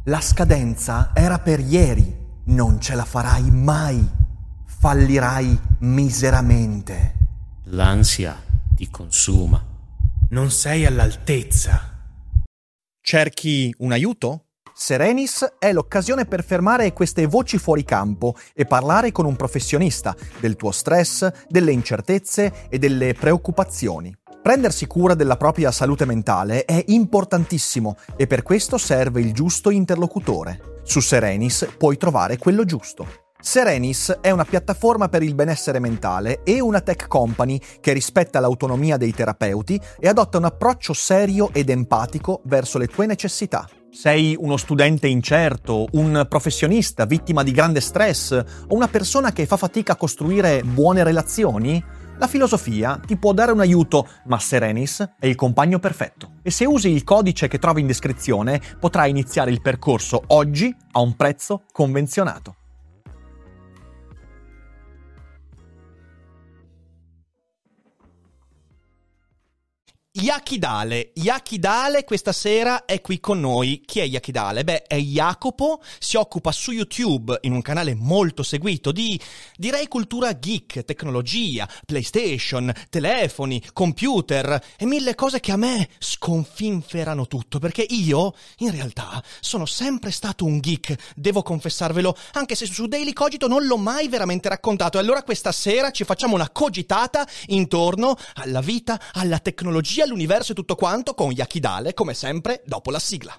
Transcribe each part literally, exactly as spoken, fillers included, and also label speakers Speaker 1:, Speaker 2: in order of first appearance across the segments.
Speaker 1: La scadenza era per ieri, non ce la farai mai, fallirai miseramente.
Speaker 2: L'ansia ti consuma.
Speaker 3: Non sei all'altezza.
Speaker 1: Cerchi un aiuto? Serenis è l'occasione per fermare queste voci fuori campo e parlare con un professionista del tuo stress, delle incertezze e delle preoccupazioni. Prendersi cura della propria salute mentale è importantissimo e per questo serve il giusto interlocutore. Su Serenis puoi trovare quello giusto. Serenis è una piattaforma per il benessere mentale e una tech company che rispetta l'autonomia dei terapeuti e adotta un approccio serio ed empatico verso le tue necessità. Sei uno studente incerto, un professionista vittima di grande stress o una persona che fa fatica a costruire buone relazioni? La filosofia ti può dare un aiuto, ma Serenis è il compagno perfetto. E se usi il codice che trovi in descrizione, potrai iniziare il percorso oggi a un prezzo convenzionato.
Speaker 4: Yakidale, Yakidale questa sera è qui con noi. Chi è Yakidale? Beh, è Jacopo, si occupa su YouTube, in un canale molto seguito, di, direi, cultura geek, tecnologia, PlayStation, telefoni, computer e mille cose che a me sconfinferano tutto, perché io, in realtà, sono sempre stato un geek, devo confessarvelo, anche se su Daily Cogito non l'ho mai veramente raccontato. E allora questa sera ci facciamo una cogitata intorno alla vita, alla tecnologia, all'universo e tutto quanto con Yakidale, come sempre, dopo la sigla.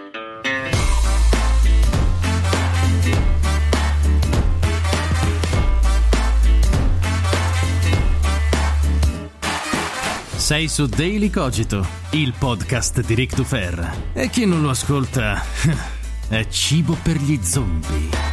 Speaker 2: Sei su Daily Cogito, il podcast di Ric Dufer. E chi non lo ascolta è cibo per gli zombie.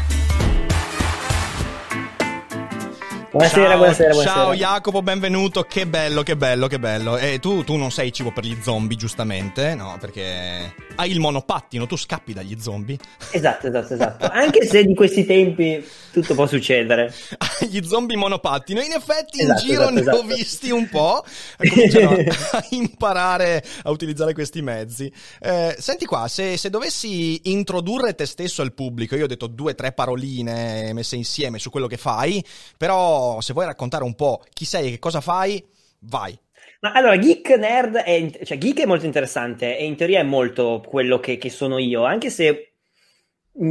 Speaker 5: Buonasera,
Speaker 4: ciao,
Speaker 5: buonasera, buonasera.
Speaker 4: Ciao Jacopo, benvenuto, che bello, che bello, che bello. E tu, tu non sei cibo per gli zombie, giustamente, no? Perché hai il monopattino, tu scappi dagli zombie.
Speaker 5: Esatto, esatto, esatto. Anche se di questi tempi tutto può succedere.
Speaker 4: Gli zombie monopattino, in effetti
Speaker 5: Esatto,
Speaker 4: in giro
Speaker 5: esatto,
Speaker 4: ne
Speaker 5: esatto.
Speaker 4: ho visti un po', e cominciano a imparare a utilizzare questi mezzi. Eh, senti qua, se, se dovessi introdurre te stesso al pubblico, io ho detto due o tre paroline messe insieme su quello che fai, però se vuoi raccontare un po' chi sei e che cosa fai, vai.
Speaker 5: Ma allora, Geek Nerd è, cioè Geek è molto interessante e in teoria è molto quello che, che sono io, anche se mh,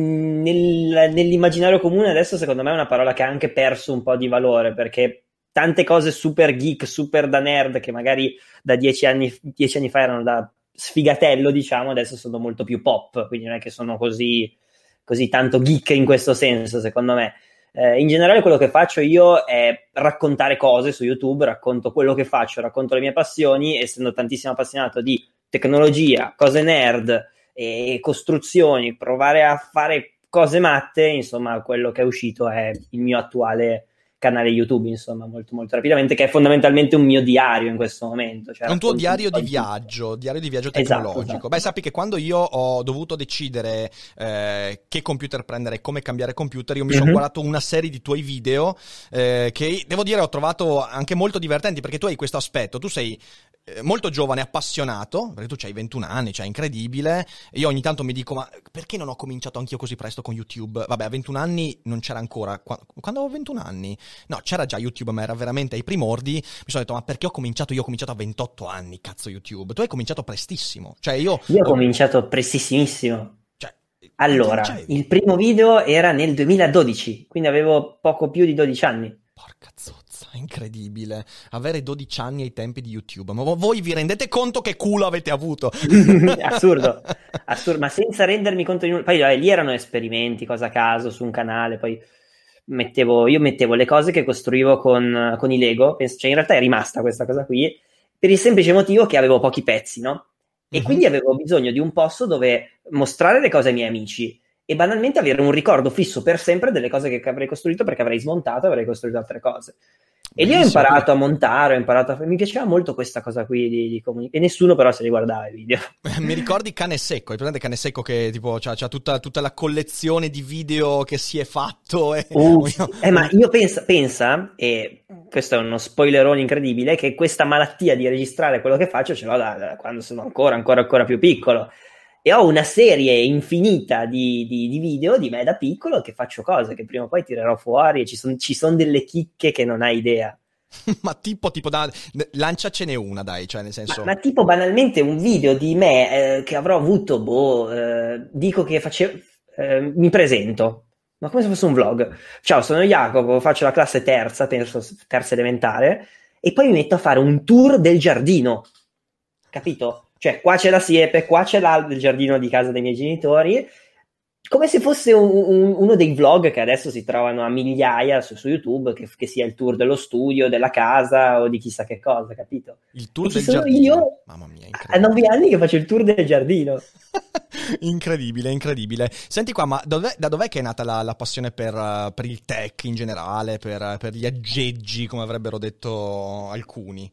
Speaker 5: nel, nell'immaginario comune adesso secondo me è una parola che ha anche perso un po' di valore, perché tante cose super geek, super da nerd, che magari da dieci anni, dieci anni fa erano da sfigatello, diciamo, adesso sono molto più pop, quindi non è che sono così, così tanto geek in questo senso, secondo me. Eh, in generale quello che faccio io è raccontare cose su YouTube, racconto quello che faccio, racconto le mie passioni, essendo tantissimo appassionato di tecnologia, cose nerd e costruzioni, provare a fare cose matte, insomma quello che è uscito è il mio attuale canale YouTube, insomma, molto molto rapidamente, che è fondamentalmente un mio diario in questo momento. Cioè
Speaker 4: è un tuo diario
Speaker 5: un
Speaker 4: di viaggio, diario di viaggio
Speaker 5: Esatto,
Speaker 4: tecnologico.
Speaker 5: esatto.
Speaker 4: Beh, sappi che quando io ho dovuto decidere eh, che computer prendere e come cambiare computer, io mi sono
Speaker 5: Mhm.
Speaker 4: guardato una serie di tuoi video eh, che, devo dire, ho trovato anche molto divertenti, perché tu hai questo aspetto, tu sei eh, molto giovane, appassionato, perché tu c'hai ventuno anni, cioè incredibile. E io ogni tanto mi dico, ma perché non ho cominciato anch'io così presto con YouTube? Vabbè, a ventuno anni non c'era ancora, Qua- quando avevo ventuno anni, no, c'era già YouTube, ma era veramente ai primordi. Mi sono detto, ma perché ho cominciato? Io ho cominciato a ventotto anni, cazzo, YouTube. Tu hai cominciato prestissimo, cioè io...
Speaker 5: Io ho
Speaker 4: ho-
Speaker 5: cominciato prestissimissimo.
Speaker 4: cioè,
Speaker 5: Allora,
Speaker 4: cioè,
Speaker 5: il primo video era nel duemiladodici, quindi avevo poco più di dodici anni.
Speaker 4: porca zozza, incredibile. Avere dodici anni ai tempi di YouTube. Ma vo- voi vi rendete conto che culo avete avuto?
Speaker 5: Assurdo, assurdo, ma senza rendermi conto di nulla. Poi vabbè, lì erano esperimenti, cosa a caso, su un canale, poi mettevo, io mettevo le cose che costruivo con, con i Lego, Penso- cioè in realtà è rimasta questa cosa qui, per il semplice motivo che avevo pochi pezzi, no? E
Speaker 4: Mhm.
Speaker 5: quindi avevo bisogno di un posto dove mostrare le cose ai miei amici e banalmente avere un ricordo fisso per sempre delle cose che avrei costruito, perché avrei smontato e avrei costruito altre cose. E lì ho
Speaker 4: Bellissimo.
Speaker 5: imparato a montare, ho imparato a... mi piaceva molto questa cosa qui di, di comunicare, e nessuno però se li guardava i video.
Speaker 4: Mi ricordi Cane Secco? Hai presente Cane Secco che tipo c'ha, c'ha tutta, tutta la collezione di video che si è fatto? E...
Speaker 5: Uh, sì. eh, ma io pensa, pensa, e questo è uno spoilerone incredibile, che questa malattia di registrare quello che faccio ce l'ho da, da quando sono ancora, ancora, ancora più piccolo. e ho una serie infinita di, di, di video di me da piccolo che faccio cose che prima o poi tirerò fuori, e ci sono ci son delle chicche che non hai idea.
Speaker 4: Ma tipo, tipo da, lanciacene una, dai, cioè nel senso...
Speaker 5: Ma, ma tipo banalmente un video di me eh, che avrò avuto, boh, eh, dico che facevo, eh, mi presento, ma come se fosse un vlog. Ciao, sono Jacopo, faccio la classe terza, penso terza elementare, e poi mi metto a fare un tour del giardino, capito? Cioè, qua c'è la siepe, qua c'è l'albero del giardino di casa dei miei genitori, come se fosse un, un, uno dei vlog che adesso si trovano a migliaia su, su YouTube, che, che sia il tour dello studio, della casa o di chissà che cosa, capito?
Speaker 4: Il tour
Speaker 5: e
Speaker 4: del
Speaker 5: sono
Speaker 4: giardino.
Speaker 5: Io
Speaker 4: Mamma mia,
Speaker 5: a nove anni che faccio il tour del giardino.
Speaker 4: Incredibile, incredibile. Senti qua, ma dov'è, da dov'è che è nata la, la passione per, uh, per il tech in generale, per, per gli aggeggi, come avrebbero detto alcuni?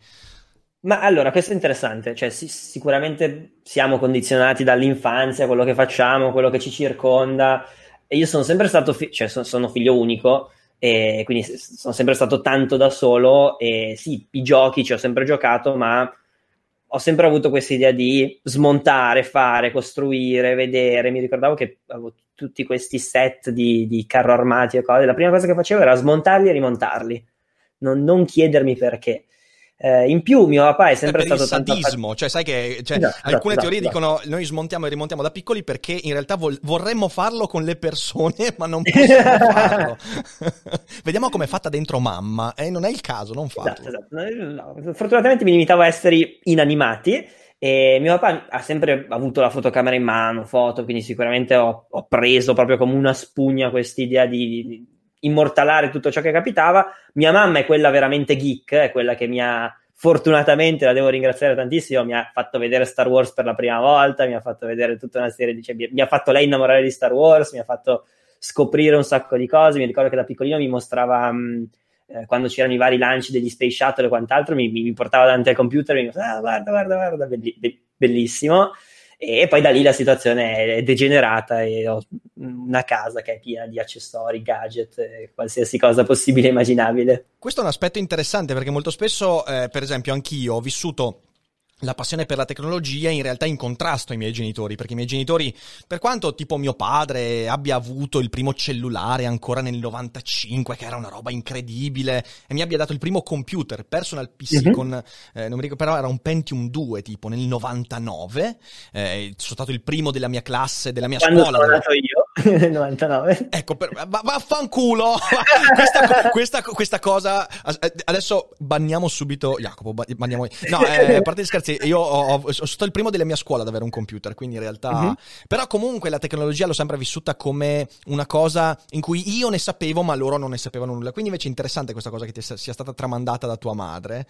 Speaker 5: Ma allora, questo è interessante, cioè sì, sicuramente siamo condizionati dall'infanzia, quello che facciamo, quello che ci circonda, e io sono sempre stato, fi- cioè sono, sono figlio unico, e quindi sono sempre stato tanto da solo, e sì, i giochi ci ho sempre giocato, ma ho sempre avuto questa idea di smontare, fare, costruire, vedere. Mi ricordavo che avevo tutti questi set di, di carro armati e cose, la prima cosa che facevo era smontarli e rimontarli, non, non chiedermi perché. Eh, in più mio papà è sempre
Speaker 4: per
Speaker 5: stato
Speaker 4: il sadismo,
Speaker 5: tanto...
Speaker 4: cioè sai che cioè,
Speaker 5: Esatto,
Speaker 4: alcune
Speaker 5: esatto,
Speaker 4: teorie
Speaker 5: esatto.
Speaker 4: dicono noi smontiamo e rimontiamo da piccoli perché in realtà vol- vorremmo farlo con le persone ma non possiamo farlo. Vediamo com'è fatta dentro mamma e eh, non è il caso, non farlo.
Speaker 5: Esatto, esatto. No, fortunatamente mi limitavo a esseri inanimati, e mio papà ha sempre avuto la fotocamera in mano, foto, quindi sicuramente ho, ho preso proprio come una spugna quest'idea di, di immortalare tutto ciò che capitava. Mia mamma è quella veramente geek, è quella che mi ha, fortunatamente la devo ringraziare tantissimo, mi ha fatto vedere Star Wars per la prima volta, mi ha fatto vedere tutta una serie di, cioè, mi ha fatto lei innamorare di Star Wars, mi ha fatto scoprire un sacco di cose. Mi ricordo che da piccolino mi mostrava mh, eh, quando c'erano i vari lanci degli Space Shuttle e quant'altro, mi, mi, mi portava davanti al computer e mi diceva ah, guarda guarda guarda, belli, be- bellissimo. E poi da lì la situazione è degenerata e ho una casa che è piena di accessori, gadget, qualsiasi cosa possibile e immaginabile.
Speaker 4: Questo è un aspetto interessante perché molto spesso, eh, per esempio, anch'io ho vissuto la passione per la tecnologia in realtà in contrasto ai miei genitori, perché i miei genitori, per quanto tipo mio padre abbia avuto il primo cellulare ancora nel novantacinque, che era una roba incredibile, e mi abbia dato il primo computer, personal P C, mm-hmm. con, eh, non mi ricordo, però era un Pentium due tipo nel novantanove, eh, sono stato il primo della mia classe, della mia
Speaker 5: Quando
Speaker 4: scuola.
Speaker 5: Quando sono nato io, nel novantanove.
Speaker 4: Ecco, per, va, vaffanculo, questa, questa, questa cosa, adesso banniamo subito, Jacopo, banniamo, no, eh, a parte gli scherzi, io ho, ho, sono stato il primo della mia scuola ad avere un computer, quindi in realtà mm-hmm. però comunque la tecnologia l'ho sempre vissuta come una cosa in cui io ne sapevo ma loro non ne sapevano nulla, quindi invece è interessante questa cosa che ti sia stata tramandata da tua madre,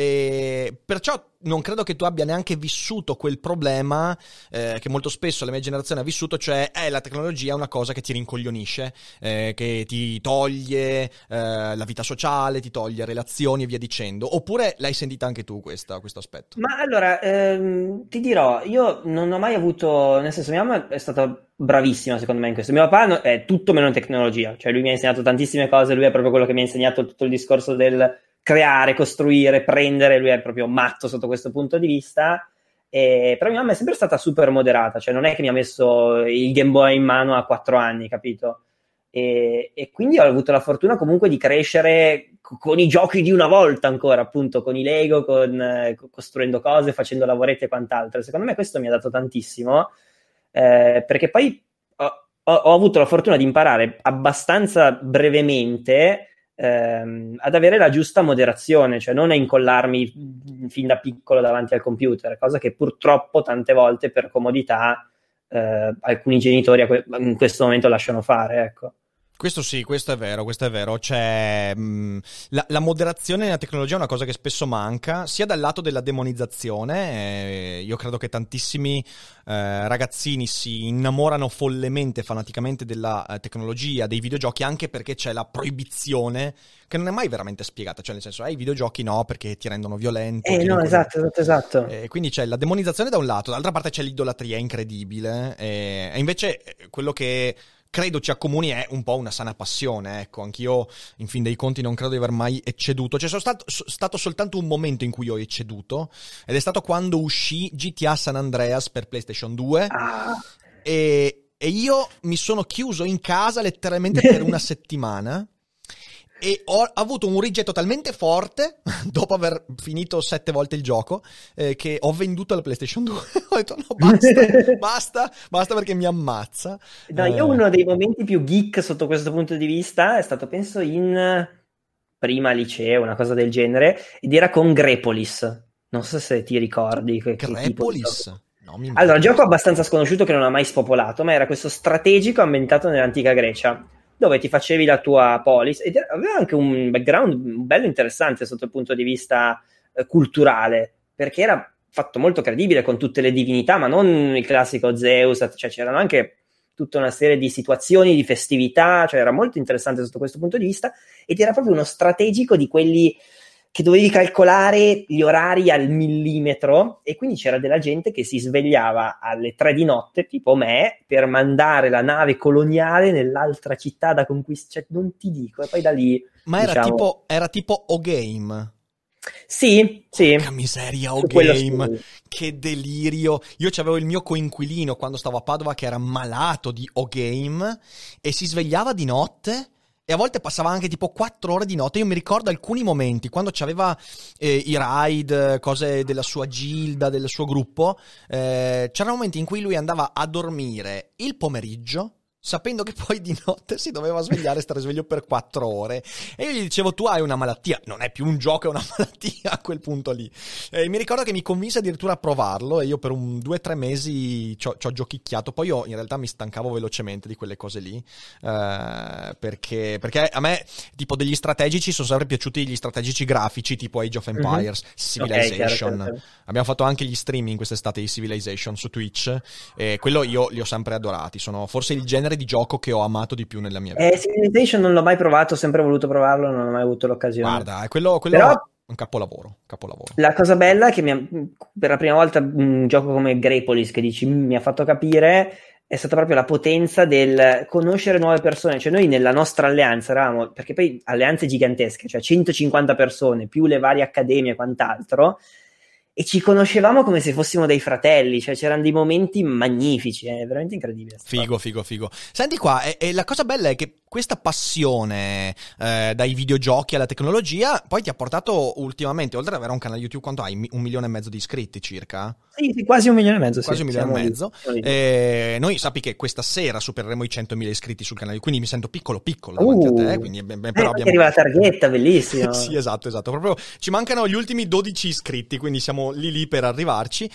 Speaker 4: e perciò non credo che tu abbia neanche vissuto quel problema eh, che molto spesso la mia generazione ha vissuto, cioè eh, la tecnologia è una cosa che ti rincoglionisce, eh, che ti toglie eh, la vita sociale, ti toglie relazioni e via dicendo. Oppure l'hai sentita anche tu questa, questo aspetto?
Speaker 5: Ma allora, ehm, ti dirò, io non ho mai avuto, nel senso, mia mamma è stata bravissima secondo me in questo, mio papà è tutto meno tecnologia, cioè lui mi ha insegnato tantissime cose, lui è proprio quello che mi ha insegnato tutto il discorso del creare, costruire, prendere, lui è proprio matto sotto questo punto di vista, e, però mia mamma è sempre stata super moderata, cioè non è che mi ha messo il Game Boy in mano a quattro anni, capito? E, e quindi ho avuto la fortuna comunque di crescere con i giochi di una volta ancora, appunto con i Lego, con, eh, costruendo cose, facendo lavoretti e quant'altro. Secondo me questo mi ha dato tantissimo, eh, perché poi ho, ho, ho avuto la fortuna di imparare abbastanza brevemente ehm, ad avere la giusta moderazione, cioè non a incollarmi fin da piccolo davanti al computer, cosa che purtroppo tante volte per comodità eh, alcuni genitori a que- in questo momento lasciano fare, ecco.
Speaker 4: Questo sì, questo è vero, questo è vero. C'è mh, la, la moderazione nella tecnologia è una cosa che spesso manca, sia dal lato della demonizzazione. Eh, io credo che tantissimi eh, ragazzini si innamorano follemente, fanaticamente della eh, tecnologia, dei videogiochi, anche perché c'è la proibizione che non è mai veramente spiegata, cioè nel senso, eh, i videogiochi no, perché ti rendono violento.
Speaker 5: Eh no, esatto, esatto, esatto.
Speaker 4: Eh, quindi c'è la demonizzazione da un lato, dall'altra parte c'è l'idolatria incredibile, eh, e invece quello che credo ci accomuni è un po' una sana passione, ecco, anch'io in fin dei conti non credo di aver mai ecceduto, cioè sono stato, sono stato soltanto un momento in cui ho ecceduto, ed è stato quando uscì G T A San Andreas per PlayStation due,
Speaker 5: Ah.
Speaker 4: e, e io mi sono chiuso in casa letteralmente per una settimana, e ho avuto un rigetto talmente forte dopo aver finito sette volte il gioco, eh, che ho venduto la PlayStation due. Ho detto no, basta, basta, basta perché mi ammazza.
Speaker 5: No, io
Speaker 4: Eh,
Speaker 5: uno dei momenti più geek sotto questo punto di vista è stato, penso, in prima liceo, una cosa del genere, ed era con Grepolis. Non so se ti ricordi che, che tipo di
Speaker 4: Grepolis?
Speaker 5: gioco.
Speaker 4: No, mi
Speaker 5: Allora,
Speaker 4: manca.
Speaker 5: gioco abbastanza sconosciuto che non ha mai spopolato, ma era questo strategico ambientato nell'antica Grecia, dove ti facevi la tua polis, ed era- aveva anche un background bello interessante sotto il punto di vista eh, culturale, perché era fatto molto credibile con tutte le divinità, ma non il classico Zeus, cioè c'erano anche tutta una serie di situazioni, di festività, cioè era molto interessante sotto questo punto di vista, ed era proprio uno strategico di quelli che dovevi calcolare gli orari al millimetro, e quindi c'era della gente che si svegliava alle tre di notte, tipo me, per mandare la nave coloniale nell'altra città da conquistare, cioè, non ti dico, e poi da lì,
Speaker 4: Ma era
Speaker 5: diciamo...
Speaker 4: tipo, era tipo O-Game.
Speaker 5: Sì, sì.
Speaker 4: Porca miseria,
Speaker 5: Su quello
Speaker 4: O-Game.
Speaker 5: sì.
Speaker 4: Che delirio. Io c'avevo il mio coinquilino quando stavo a Padova che era malato di O-Game e si svegliava di notte. E a volte passava anche tipo quattro ore di notte. Io mi ricordo alcuni momenti quando c'aveva eh, i raid, cose della sua gilda, del suo gruppo. Eh, c'erano momenti in cui lui andava a dormire il pomeriggio, sapendo che poi di notte si doveva svegliare e stare sveglio per quattro ore. E io gli dicevo, tu hai una malattia. Non è più un gioco, è una malattia a quel punto lì. E mi ricordo che mi convinse addirittura a provarlo, e io per un due o tre mesi ci ho, ci ho giochicchiato. Poi io in realtà mi stancavo velocemente di quelle cose lì, eh, perché, perché a me tipo degli strategici sono sempre piaciuti, gli strategici grafici tipo Age of Empires,
Speaker 5: Mhm.
Speaker 4: Civilization.
Speaker 5: Ok, chiaro, chiaro, chiaro.
Speaker 4: Abbiamo fatto anche gli streaming quest'estate di Civilization su Twitch, e quello io li ho sempre adorati. Sono forse il genere di gioco che ho amato di più nella mia vita.
Speaker 5: Eh, Civilization non l'ho mai provato, ho sempre voluto provarlo, non ho mai avuto l'occasione.
Speaker 4: Guarda, è quello, quello
Speaker 5: Però
Speaker 4: è un capolavoro, capolavoro.
Speaker 5: la cosa bella è che mi ha- per la prima volta un gioco come Grepolis, che dici "Mm, mi ha fatto capire", è stata proprio la potenza del conoscere nuove persone. Cioè noi nella nostra alleanza eravamo, perché poi alleanze gigantesche, cioè centocinquanta persone, più le varie accademie e quant'altro, e ci conoscevamo come se fossimo dei fratelli, cioè c'erano dei momenti magnifici, è veramente incredibile. sta cosa.
Speaker 4: Figo, figo, figo. Senti qua, e, e la cosa bella è che questa passione eh, dai videogiochi alla tecnologia poi ti ha portato ultimamente, oltre ad avere un canale YouTube, quanto hai? Mi- Un milione e mezzo di iscritti circa?
Speaker 5: Sì, sì, quasi un milione e mezzo.
Speaker 4: Quasi
Speaker 5: sì,
Speaker 4: un milione
Speaker 5: siamo
Speaker 4: e
Speaker 5: lì,
Speaker 4: mezzo.
Speaker 5: siamo lì.
Speaker 4: Eh, noi sappi che questa sera supereremo i centomila iscritti sul canale, quindi mi sento piccolo piccolo davanti
Speaker 5: Uh,
Speaker 4: a te, quindi ben- ben-
Speaker 5: eh,
Speaker 4: però
Speaker 5: poi
Speaker 4: abbiamo...
Speaker 5: arriva la targhetta, bellissimo.
Speaker 4: Sì, esatto, esatto. Proprio ci mancano gli ultimi dodici iscritti, quindi siamo lì lì per arrivarci.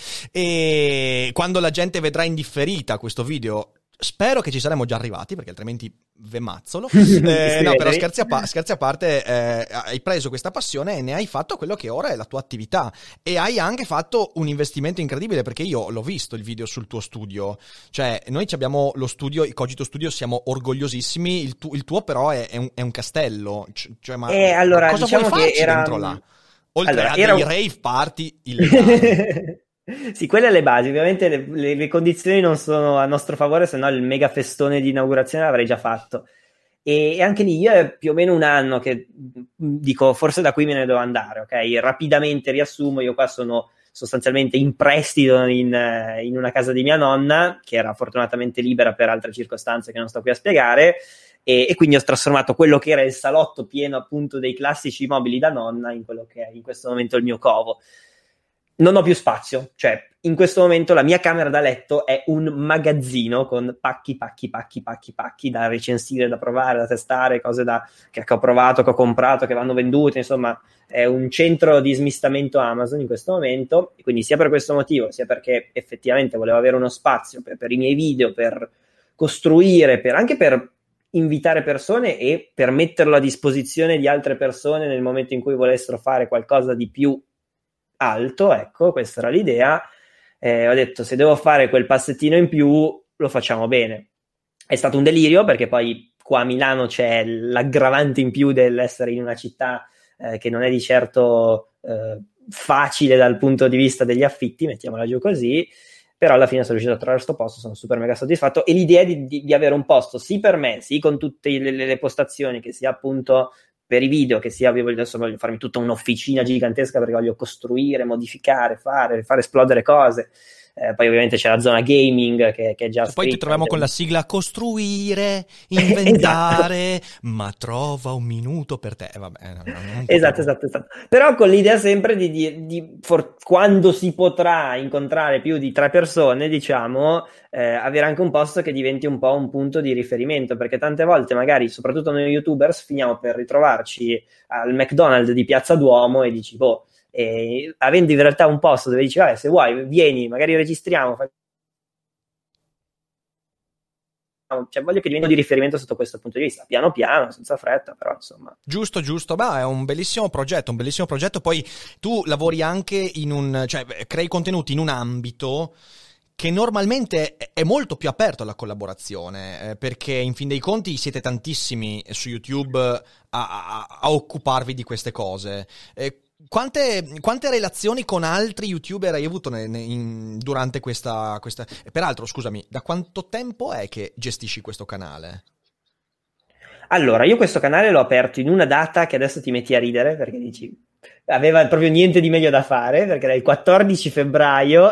Speaker 4: E quando la gente vedrà in differita questo video, spero che ci saremo già arrivati, perché altrimenti ve mazzolo. Eh, no, però scherzi a, pa- scherzi a parte, eh, hai preso questa passione e ne hai fatto quello che ora è la tua attività. E hai anche fatto un investimento incredibile, perché io l'ho visto il video sul tuo studio. Cioè, noi ci abbiamo lo studio, il Cogito Studio, siamo orgogliosissimi. Il, tu- il tuo però è, è, un, è un castello. C- cioè, ma
Speaker 5: Eh, allora,
Speaker 4: cosa
Speaker 5: diciamo
Speaker 4: vuoi
Speaker 5: che
Speaker 4: farci
Speaker 5: era-
Speaker 4: dentro là? Oltre
Speaker 5: Allora,
Speaker 4: a
Speaker 5: era
Speaker 4: dei
Speaker 5: un-
Speaker 4: rave party illegali.
Speaker 5: Sì, quelle le basi. Ovviamente le, le- le condizioni non sono a nostro favore, se no il mega festone di inaugurazione l'avrei già fatto. E, e anche lì io è più o meno un anno che mh, dico, forse da qui me ne devo andare, ok? Rapidamente riassumo, io qua sono sostanzialmente in prestito in, eh, in una casa di mia nonna, che era fortunatamente libera per altre circostanze che non sto qui a spiegare, e, e quindi ho trasformato quello che era il salotto pieno appunto dei classici mobili da nonna in quello che è in questo momento il mio covo. Non ho più spazio, cioè in questo momento la mia camera da letto è un magazzino con pacchi, pacchi, pacchi, pacchi, pacchi da recensire, da provare, da testare, cose da, che, che ho provato, che ho comprato, che vanno vendute, insomma è un centro di smistamento Amazon in questo momento, e quindi sia per questo motivo, sia perché effettivamente volevo avere uno spazio per, per i miei video, per costruire, per, anche per invitare persone e per metterlo a disposizione di altre persone nel momento in cui volessero fare qualcosa di più alto, ecco, questa era l'idea. Eh, ho detto, se devo fare quel passettino in più, lo facciamo bene. È stato un delirio, perché poi qua a Milano c'è l'aggravante in più dell'essere in una città eh, che non è di certo eh, facile dal punto di vista degli affitti, mettiamola giù così, però alla fine sono riuscito a trovare questo posto, sono super mega soddisfatto, e l'idea di, di, di avere un posto sì per me, sì con tutte le, le postazioni, che sia appunto per i video, che sia, adesso voglio farmi tutta un'officina gigantesca perché voglio costruire, modificare, fare, fare esplodere cose. Eh, poi ovviamente c'è la zona gaming che, che è già
Speaker 4: e poi ti troviamo con la sigla costruire, inventare, esatto. Ma trova un minuto per te. Eh, vabbè, no, no,
Speaker 5: esatto, esatto, esatto. Però con l'idea sempre di, di, di for, quando si potrà incontrare più di tre persone, diciamo, eh, avere anche un posto che diventi un po' un punto di riferimento, perché tante volte magari, soprattutto noi youtubers, finiamo per ritrovarci al McDonald's di Piazza Duomo e dici, boh, e avendo in realtà un posto dove dici, vabbè, se vuoi vieni, magari registriamo, cioè voglio che diventi di riferimento sotto questo punto di vista, piano piano, senza fretta, però insomma.
Speaker 4: Giusto, giusto, beh, è un bellissimo progetto, un bellissimo progetto. Poi tu lavori anche in un, cioè crei contenuti in un ambito che normalmente è molto più aperto alla collaborazione, eh, perché in fin dei conti siete tantissimi su YouTube a, a, a occuparvi di queste cose. Eh, Quante, quante relazioni con altri YouTuber hai avuto ne, ne, in, durante questa, questa... Peraltro, scusami, da quanto tempo è che gestisci questo canale?
Speaker 5: Allora, io questo canale l'ho aperto in una data che adesso ti metti a ridere, perché dici, aveva proprio niente di meglio da fare, perché era il quattordici febbraio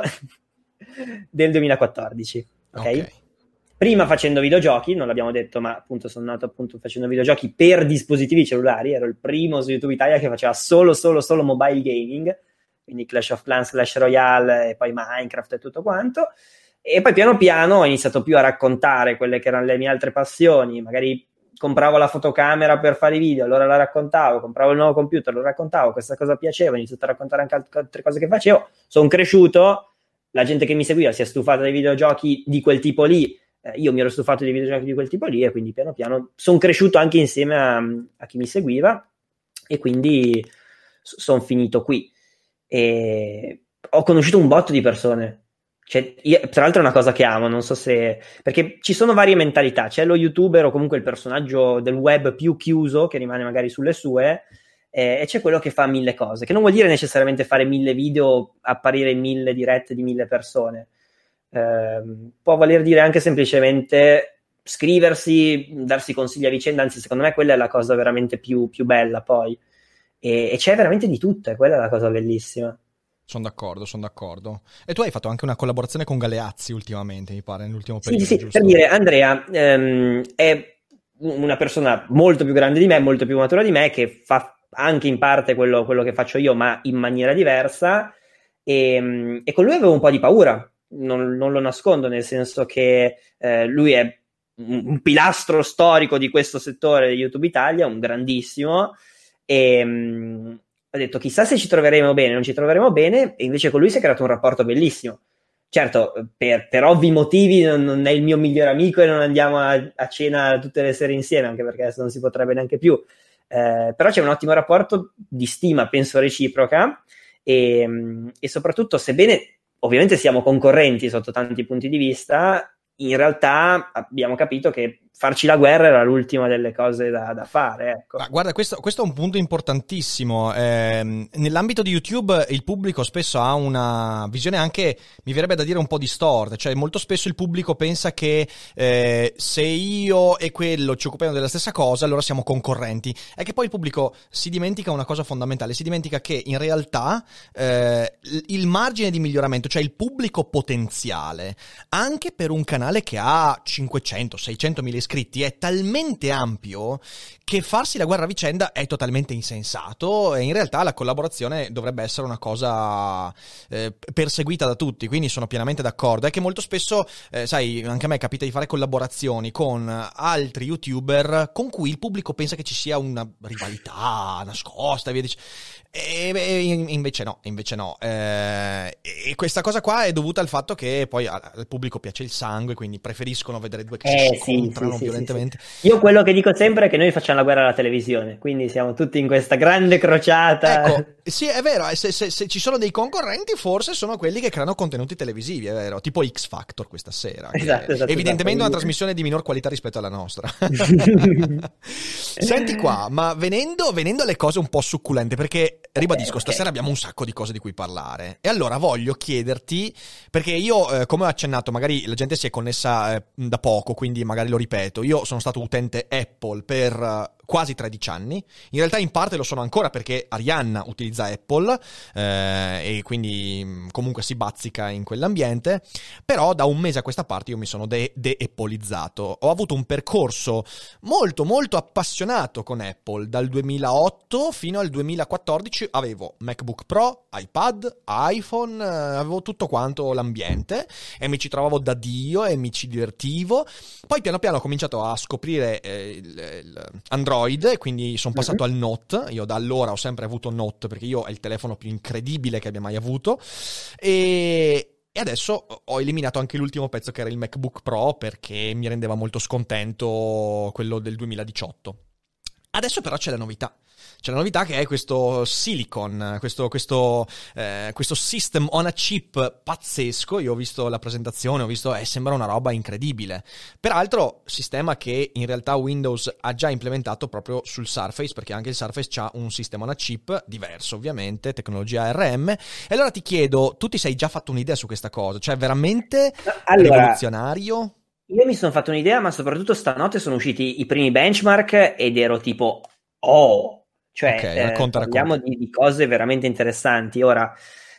Speaker 5: del duemilaquattordici, ok? Okay. Prima facendo videogiochi, non l'abbiamo detto, ma appunto sono nato appunto facendo videogiochi per dispositivi cellulari, ero il primo su YouTube Italia che faceva solo, solo, solo mobile gaming, quindi Clash of Clans, Clash Royale e poi Minecraft e tutto quanto, e poi piano piano ho iniziato più a raccontare quelle che erano le mie altre passioni, magari compravo la fotocamera per fare i video, allora la raccontavo, compravo il nuovo computer, lo raccontavo, questa cosa piaceva, ho iniziato a raccontare anche altre cose che facevo, sono cresciuto, la gente che mi seguiva si è stufata dei videogiochi di quel tipo lì, Eh, io mi ero stufato di videogiochi di quel tipo lì e quindi piano piano sono cresciuto anche insieme a, a chi mi seguiva e quindi sono finito qui e ho conosciuto un botto di persone, cioè, io, tra l'altro è una cosa che amo, non so se, perché ci sono varie mentalità, c'è lo youtuber o comunque il personaggio del web più chiuso che rimane magari sulle sue eh, e c'è quello che fa mille cose, che non vuol dire necessariamente fare mille video, apparire in mille dirette di mille persone. Uh, può voler dire anche semplicemente scriversi, darsi consigli a vicenda, anzi secondo me quella è la cosa veramente più, più bella poi e, e c'è veramente di tutto, e quella è la cosa bellissima.
Speaker 4: Sono d'accordo, sono d'accordo. E tu hai fatto anche una collaborazione con Galeazzi ultimamente, mi pare, nell'ultimo periodo.
Speaker 5: Sì, sì,
Speaker 4: giusto?
Speaker 5: Per dire, Andrea um, è una persona molto più grande di me, molto più matura di me, che fa anche in parte quello, quello che faccio io, ma in maniera diversa e, e con lui avevo un po' di paura. Non, non lo nascondo, nel senso che eh, lui è un, un pilastro storico di questo settore di YouTube Italia, un grandissimo, e mh, ho detto chissà se ci troveremo bene, non ci troveremo bene, e invece con lui si è creato un rapporto bellissimo. Certo, per, per ovvi motivi non, non è il mio migliore amico e non andiamo a, a cena tutte le sere insieme, anche perché adesso non si potrebbe neanche più, eh, però c'è un ottimo rapporto di stima, penso reciproca, e, mh, e soprattutto, sebbene ovviamente siamo concorrenti sotto tanti punti di vista, in realtà abbiamo capito che farci la guerra era l'ultima delle cose da, da fare, ecco.
Speaker 4: Ma guarda, questo, questo è un punto importantissimo. Eh, nell'ambito di YouTube il pubblico spesso ha una visione anche, mi verrebbe da dire, un po' distorta, cioè molto spesso il pubblico pensa che eh, se io e quello ci occupiamo della stessa cosa allora siamo concorrenti. È che poi il pubblico si dimentica una cosa fondamentale, si dimentica che in realtà eh, il margine di miglioramento, cioè il pubblico potenziale, anche per un canale che ha cinquecento seicento mila iscritti, è talmente ampio che farsi la guerra a vicenda è totalmente insensato e in realtà la collaborazione dovrebbe essere una cosa eh, perseguita da tutti, quindi sono pienamente d'accordo. È che molto spesso, eh, sai, anche a me capita di fare collaborazioni con altri YouTuber con cui il pubblico pensa che ci sia una rivalità nascosta e via dicendo. E, e invece no, invece no. Eh, e questa cosa qua è dovuta al fatto che poi al pubblico piace il sangue, quindi preferiscono vedere due che
Speaker 5: eh,
Speaker 4: si scontrano
Speaker 5: sì, sì,
Speaker 4: violentemente.
Speaker 5: Sì, sì. Io quello che dico sempre è che noi facciamo la guerra alla televisione, quindi siamo tutti in questa grande crociata.
Speaker 4: Ecco, sì, è vero, se, se, se ci sono dei concorrenti forse sono quelli che creano contenuti televisivi, è vero, tipo X Factor questa sera,
Speaker 5: esatto, esatto,
Speaker 4: evidentemente
Speaker 5: esatto.
Speaker 4: Una trasmissione di minor qualità rispetto alla nostra. Senti qua, ma venendo, venendo alle cose un po' succulente, perché ribadisco,
Speaker 5: ok.
Speaker 4: stasera abbiamo un sacco di cose di cui parlare. E allora voglio chiederti, perché io, eh, come ho accennato, magari la gente si è connessa eh, da poco, quindi magari lo ripeto, io sono stato utente Apple per eh, quasi tredici anni, in realtà in parte lo sono ancora perché Arianna utilizza Apple eh, e quindi mh, comunque si bazzica in quell'ambiente, però da un mese a questa parte io mi sono de- de-appolizzato. Ho avuto un percorso molto molto appassionato con Apple, dal duemilaotto fino al duemilaquattordici avevo MacBook Pro, iPad, iPhone, eh, avevo tutto quanto l'ambiente e mi ci trovavo da Dio e mi ci divertivo. Poi piano piano ho cominciato a scoprire eh, il, il Android, quindi sono passato
Speaker 5: Mhm.
Speaker 4: al Note. Io da allora ho sempre avuto Note perché io è il telefono più incredibile che abbia mai avuto, e E adesso ho eliminato anche l'ultimo pezzo che era il MacBook Pro perché mi rendeva molto scontento quello del duemiladiciotto. Adesso però c'è la novità. C'è la novità che è questo Silicon, questo, questo, eh, questo system on a chip pazzesco. Io ho visto la presentazione, ho visto, eh, sembra una roba incredibile. Peraltro, sistema che in realtà Windows ha già implementato proprio sul Surface, perché anche il Surface ha un system on a chip diverso, ovviamente, tecnologia A R M. E allora ti chiedo, tu ti sei già fatto un'idea su questa cosa? Cioè, veramente
Speaker 5: Allora,
Speaker 4: rivoluzionario?
Speaker 5: io mi sono fatto un'idea, ma soprattutto stanotte sono usciti i primi benchmark ed ero tipo, oh, cioè
Speaker 4: Ok,
Speaker 5: eh,
Speaker 4: racconta,
Speaker 5: parliamo
Speaker 4: racconta.
Speaker 5: di, di cose veramente interessanti. Ora,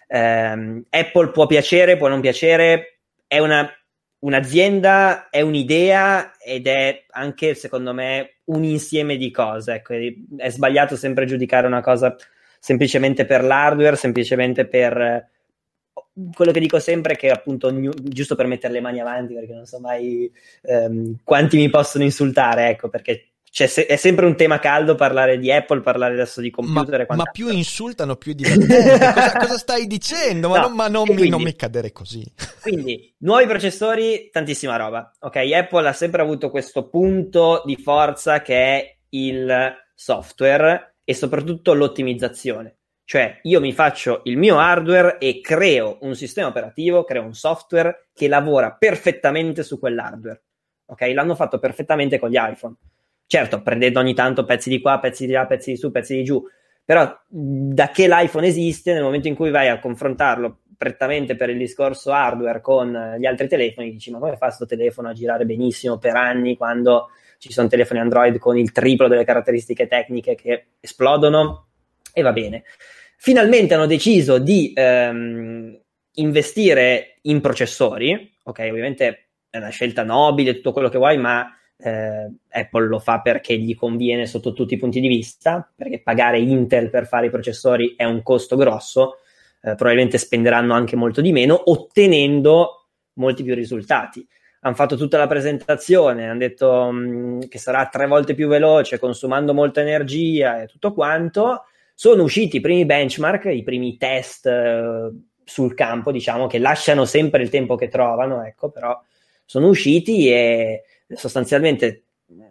Speaker 5: ehm, Apple può piacere, può non piacere, è una, un'azienda, è un'idea ed è anche, secondo me, un insieme di cose. Ecco, è sbagliato sempre giudicare una cosa semplicemente per l'hardware, semplicemente per... Quello che dico sempre è che appunto ogni- giusto per mettere le mani avanti, perché non so mai ehm, quanti mi possono insultare, ecco, perché c'è se- è sempre un tema caldo parlare di Apple, parlare adesso di
Speaker 4: Ma,
Speaker 5: computer e
Speaker 4: ma
Speaker 5: quant'altro.
Speaker 4: più insultano, più è divertente. Cosa, cosa stai dicendo? Ma,
Speaker 5: No,
Speaker 4: non, ma non,
Speaker 5: e
Speaker 4: mi, non
Speaker 5: quindi-
Speaker 4: mi cadere così.
Speaker 5: Quindi, nuovi processori, tantissima roba. Ok, Apple ha sempre avuto questo punto di forza che è il software e soprattutto l'ottimizzazione. Cioè, io mi faccio il mio hardware e creo un sistema operativo, creo un software che lavora perfettamente su quell'hardware. Ok, l'hanno fatto perfettamente con gli iPhone. Certo, prendendo ogni tanto pezzi di qua, pezzi di là, pezzi di su, pezzi di giù. Però, da che l'iPhone esiste, nel momento in cui vai a confrontarlo prettamente per il discorso hardware con gli altri telefoni, dici, ma come fa questo telefono a girare benissimo per anni quando ci sono telefoni Android con il triplo delle caratteristiche tecniche che esplodono? E va bene. Finalmente hanno deciso di ehm, investire in processori, ok, ovviamente è una scelta nobile, tutto quello che vuoi, ma eh, Apple lo fa perché gli conviene sotto tutti i punti di vista, perché pagare Intel per fare i processori è un costo grosso, eh, probabilmente spenderanno anche molto di meno, ottenendo molti più risultati. Hanno fatto tutta la presentazione, hanno detto mh, che sarà tre volte più veloce, consumando molta energia e tutto quanto. Sono usciti i primi benchmark, i primi test eh, sul campo, diciamo, che lasciano sempre il tempo che trovano, ecco, però sono usciti e sostanzialmente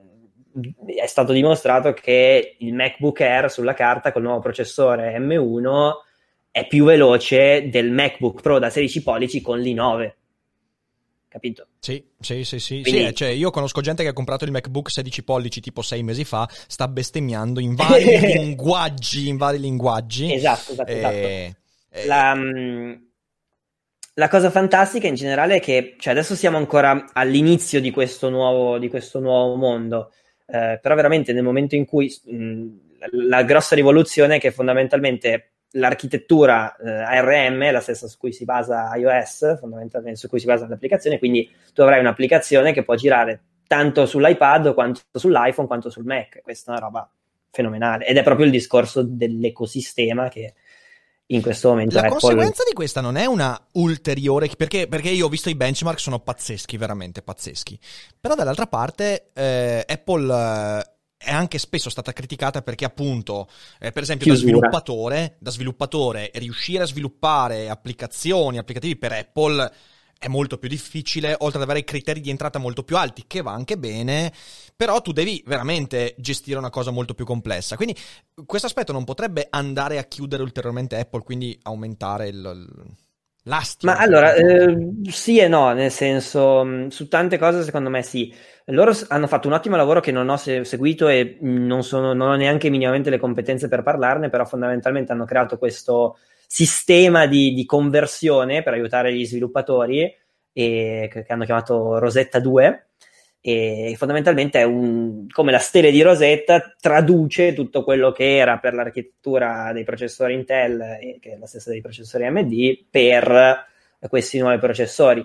Speaker 5: è stato dimostrato che il MacBook Air sulla carta col nuovo processore M uno è più veloce del MacBook Pro da sedici pollici con l'i nove. Capito?
Speaker 4: Sì, sì, sì, sì.
Speaker 5: Quindi-
Speaker 4: Sì, eh, cioè, io conosco gente che ha comprato il MacBook sedici pollici tipo sei mesi fa, sta bestemmiando in vari linguaggi, in vari linguaggi.
Speaker 5: Esatto, esatto, esatto.
Speaker 4: E- e-
Speaker 5: La, mh, la cosa fantastica in generale è che, cioè, adesso siamo ancora all'inizio di questo nuovo, di questo nuovo mondo, eh, però veramente nel momento in cui mh, la, la grossa rivoluzione è che fondamentalmente l'architettura eh, A R M è la stessa su cui si basa iOS, fondamentalmente su cui si basa l'applicazione, quindi tu avrai un'applicazione che può girare tanto sull'iPad quanto sull'iPhone quanto sul Mac. Questa è una roba fenomenale ed è proprio il discorso dell'ecosistema che in questo momento
Speaker 4: La
Speaker 5: Apple...
Speaker 4: conseguenza di questa non è una ulteriore, perché, perché io ho visto i benchmark, sono pazzeschi, veramente pazzeschi. Però dall'altra parte eh, Apple eh, è anche spesso stata criticata perché appunto, eh, per esempio, da
Speaker 5: Chiusura.
Speaker 4: sviluppatore, da sviluppatore riuscire a sviluppare applicazioni, applicativi per Apple è molto più difficile, oltre ad avere criteri di entrata molto più alti, che va anche bene, però tu devi veramente gestire una cosa molto più complessa. Quindi questo aspetto non potrebbe andare a chiudere ulteriormente Apple, quindi aumentare il, l'astio.
Speaker 5: Ma allora, eh, sì e no, nel senso, mh, su tante cose secondo me sì. Loro hanno fatto un ottimo lavoro che non ho se- seguito e non, sono, non ho neanche minimamente le competenze per parlarne, però fondamentalmente hanno creato questo sistema di, di conversione per aiutare gli sviluppatori e, che, che hanno chiamato Rosetta due, e fondamentalmente è un, come la stele di Rosetta traduce tutto quello che era per l'architettura dei processori Intel, e che è la stessa dei processori A M D, per questi nuovi processori.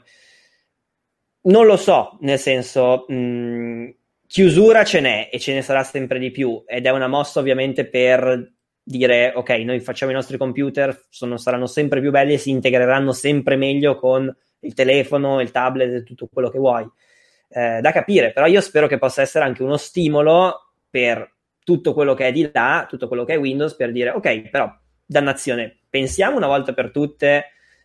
Speaker 5: Non lo so, nel senso, mh, chiusura ce n'è e ce ne sarà sempre di più, ed è una mossa ovviamente per dire ok, noi facciamo i nostri computer, sono, saranno sempre più belli e si integreranno sempre meglio con il telefono, il tablet e tutto quello che vuoi. Eh, da capire, però io spero che possa essere anche uno stimolo per tutto quello che è di là, tutto quello che è Windows, per dire ok, però dannazione, pensiamo una volta per tutte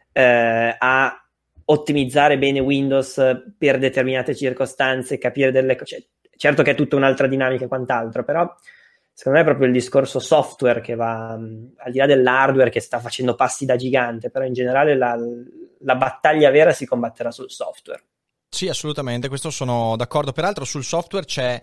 Speaker 5: eh, a ottimizzare bene Windows per determinate circostanze, capire delle cose. Certo che è tutta un'altra dinamica e quant'altro, però secondo me è proprio il discorso software che va, al di là dell'hardware che sta facendo passi da gigante, però in generale la, la battaglia vera si combatterà sul software.
Speaker 4: Sì, assolutamente, questo sono d'accordo. Peraltro sul software c'è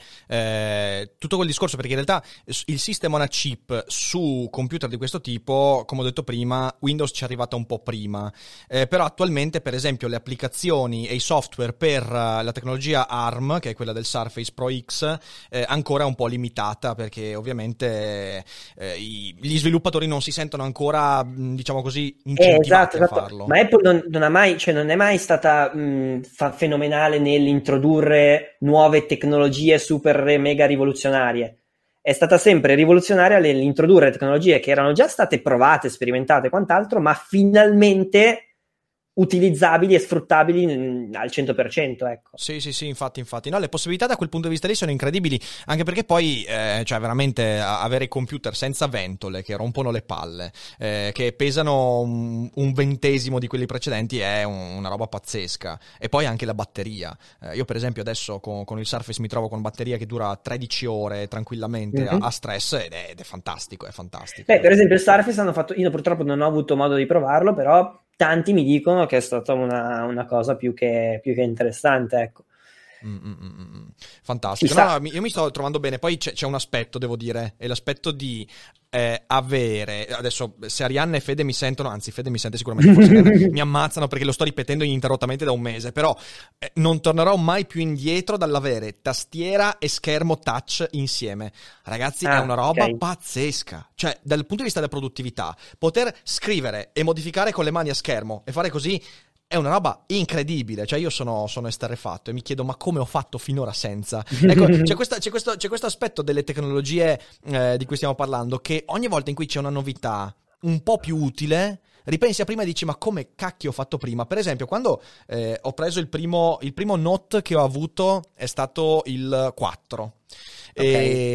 Speaker 4: eh, tutto quel discorso, perché in realtà il System on a Chip su computer di questo tipo, come ho detto prima, Windows ci è arrivata un po' prima, eh, però attualmente per esempio le applicazioni e i software per uh, la tecnologia A R M, che è quella del Surface Pro X, eh, ancora un po' limitata, perché ovviamente eh, i, gli sviluppatori non si sentono ancora, diciamo così, incentivati
Speaker 5: eh, esatto,
Speaker 4: a
Speaker 5: esatto.
Speaker 4: farlo.
Speaker 5: Ma Apple non, non ha mai, cioè non è mai stata mh, fa- fenomenale nell'introdurre nuove tecnologie super mega rivoluzionarie. È stata sempre rivoluzionaria nell'introdurre tecnologie che erano già state provate, sperimentate e quant'altro, ma finalmente utilizzabili e sfruttabili al cento per cento, ecco.
Speaker 4: Sì, sì, sì, infatti, infatti. No, le possibilità da quel punto di vista lì sono incredibili, anche perché poi, eh, cioè veramente avere computer senza ventole che rompono le palle, eh, che pesano un, un ventesimo di quelli precedenti è un, una roba pazzesca. E poi anche la batteria. Eh, io per esempio adesso con, con il Surface mi trovo con batteria che dura tredici ore tranquillamente mm-hmm. a, a stress ed è, ed è fantastico, è fantastico.
Speaker 5: Beh, per esempio il Surface hanno fatto, io purtroppo non ho avuto modo di provarlo, però tanti mi dicono che è stata una, una cosa più che, più che interessante, ecco.
Speaker 4: Mm, mm, mm. Fantastico. No, no, io mi sto trovando bene. Poi c'è, c'è un aspetto, devo dire, è l'aspetto di eh, avere. Adesso, se Arianna e Fede mi sentono, anzi, Fede mi sente sicuramente, forse Arianna, mi ammazzano perché lo sto ripetendo ininterrottamente da un mese. Però eh, non tornerò mai più indietro dall'avere tastiera e schermo touch insieme. Ragazzi, ah, è una roba okay. pazzesca. Cioè, dal punto di vista della produttività, poter scrivere e modificare con le mani a schermo e fare così è una roba incredibile, cioè io sono, sono esterrefatto e mi chiedo ma come ho fatto finora senza. Ecco, c'è, questa, c'è, questo, c'è questo aspetto delle tecnologie eh, di cui stiamo parlando, che ogni volta in cui c'è una novità un po' più utile, ripensi a prima e dici ma come cacchio ho fatto prima. Per esempio quando eh, ho preso il primo, il primo Note che ho avuto è stato il quattro, okay.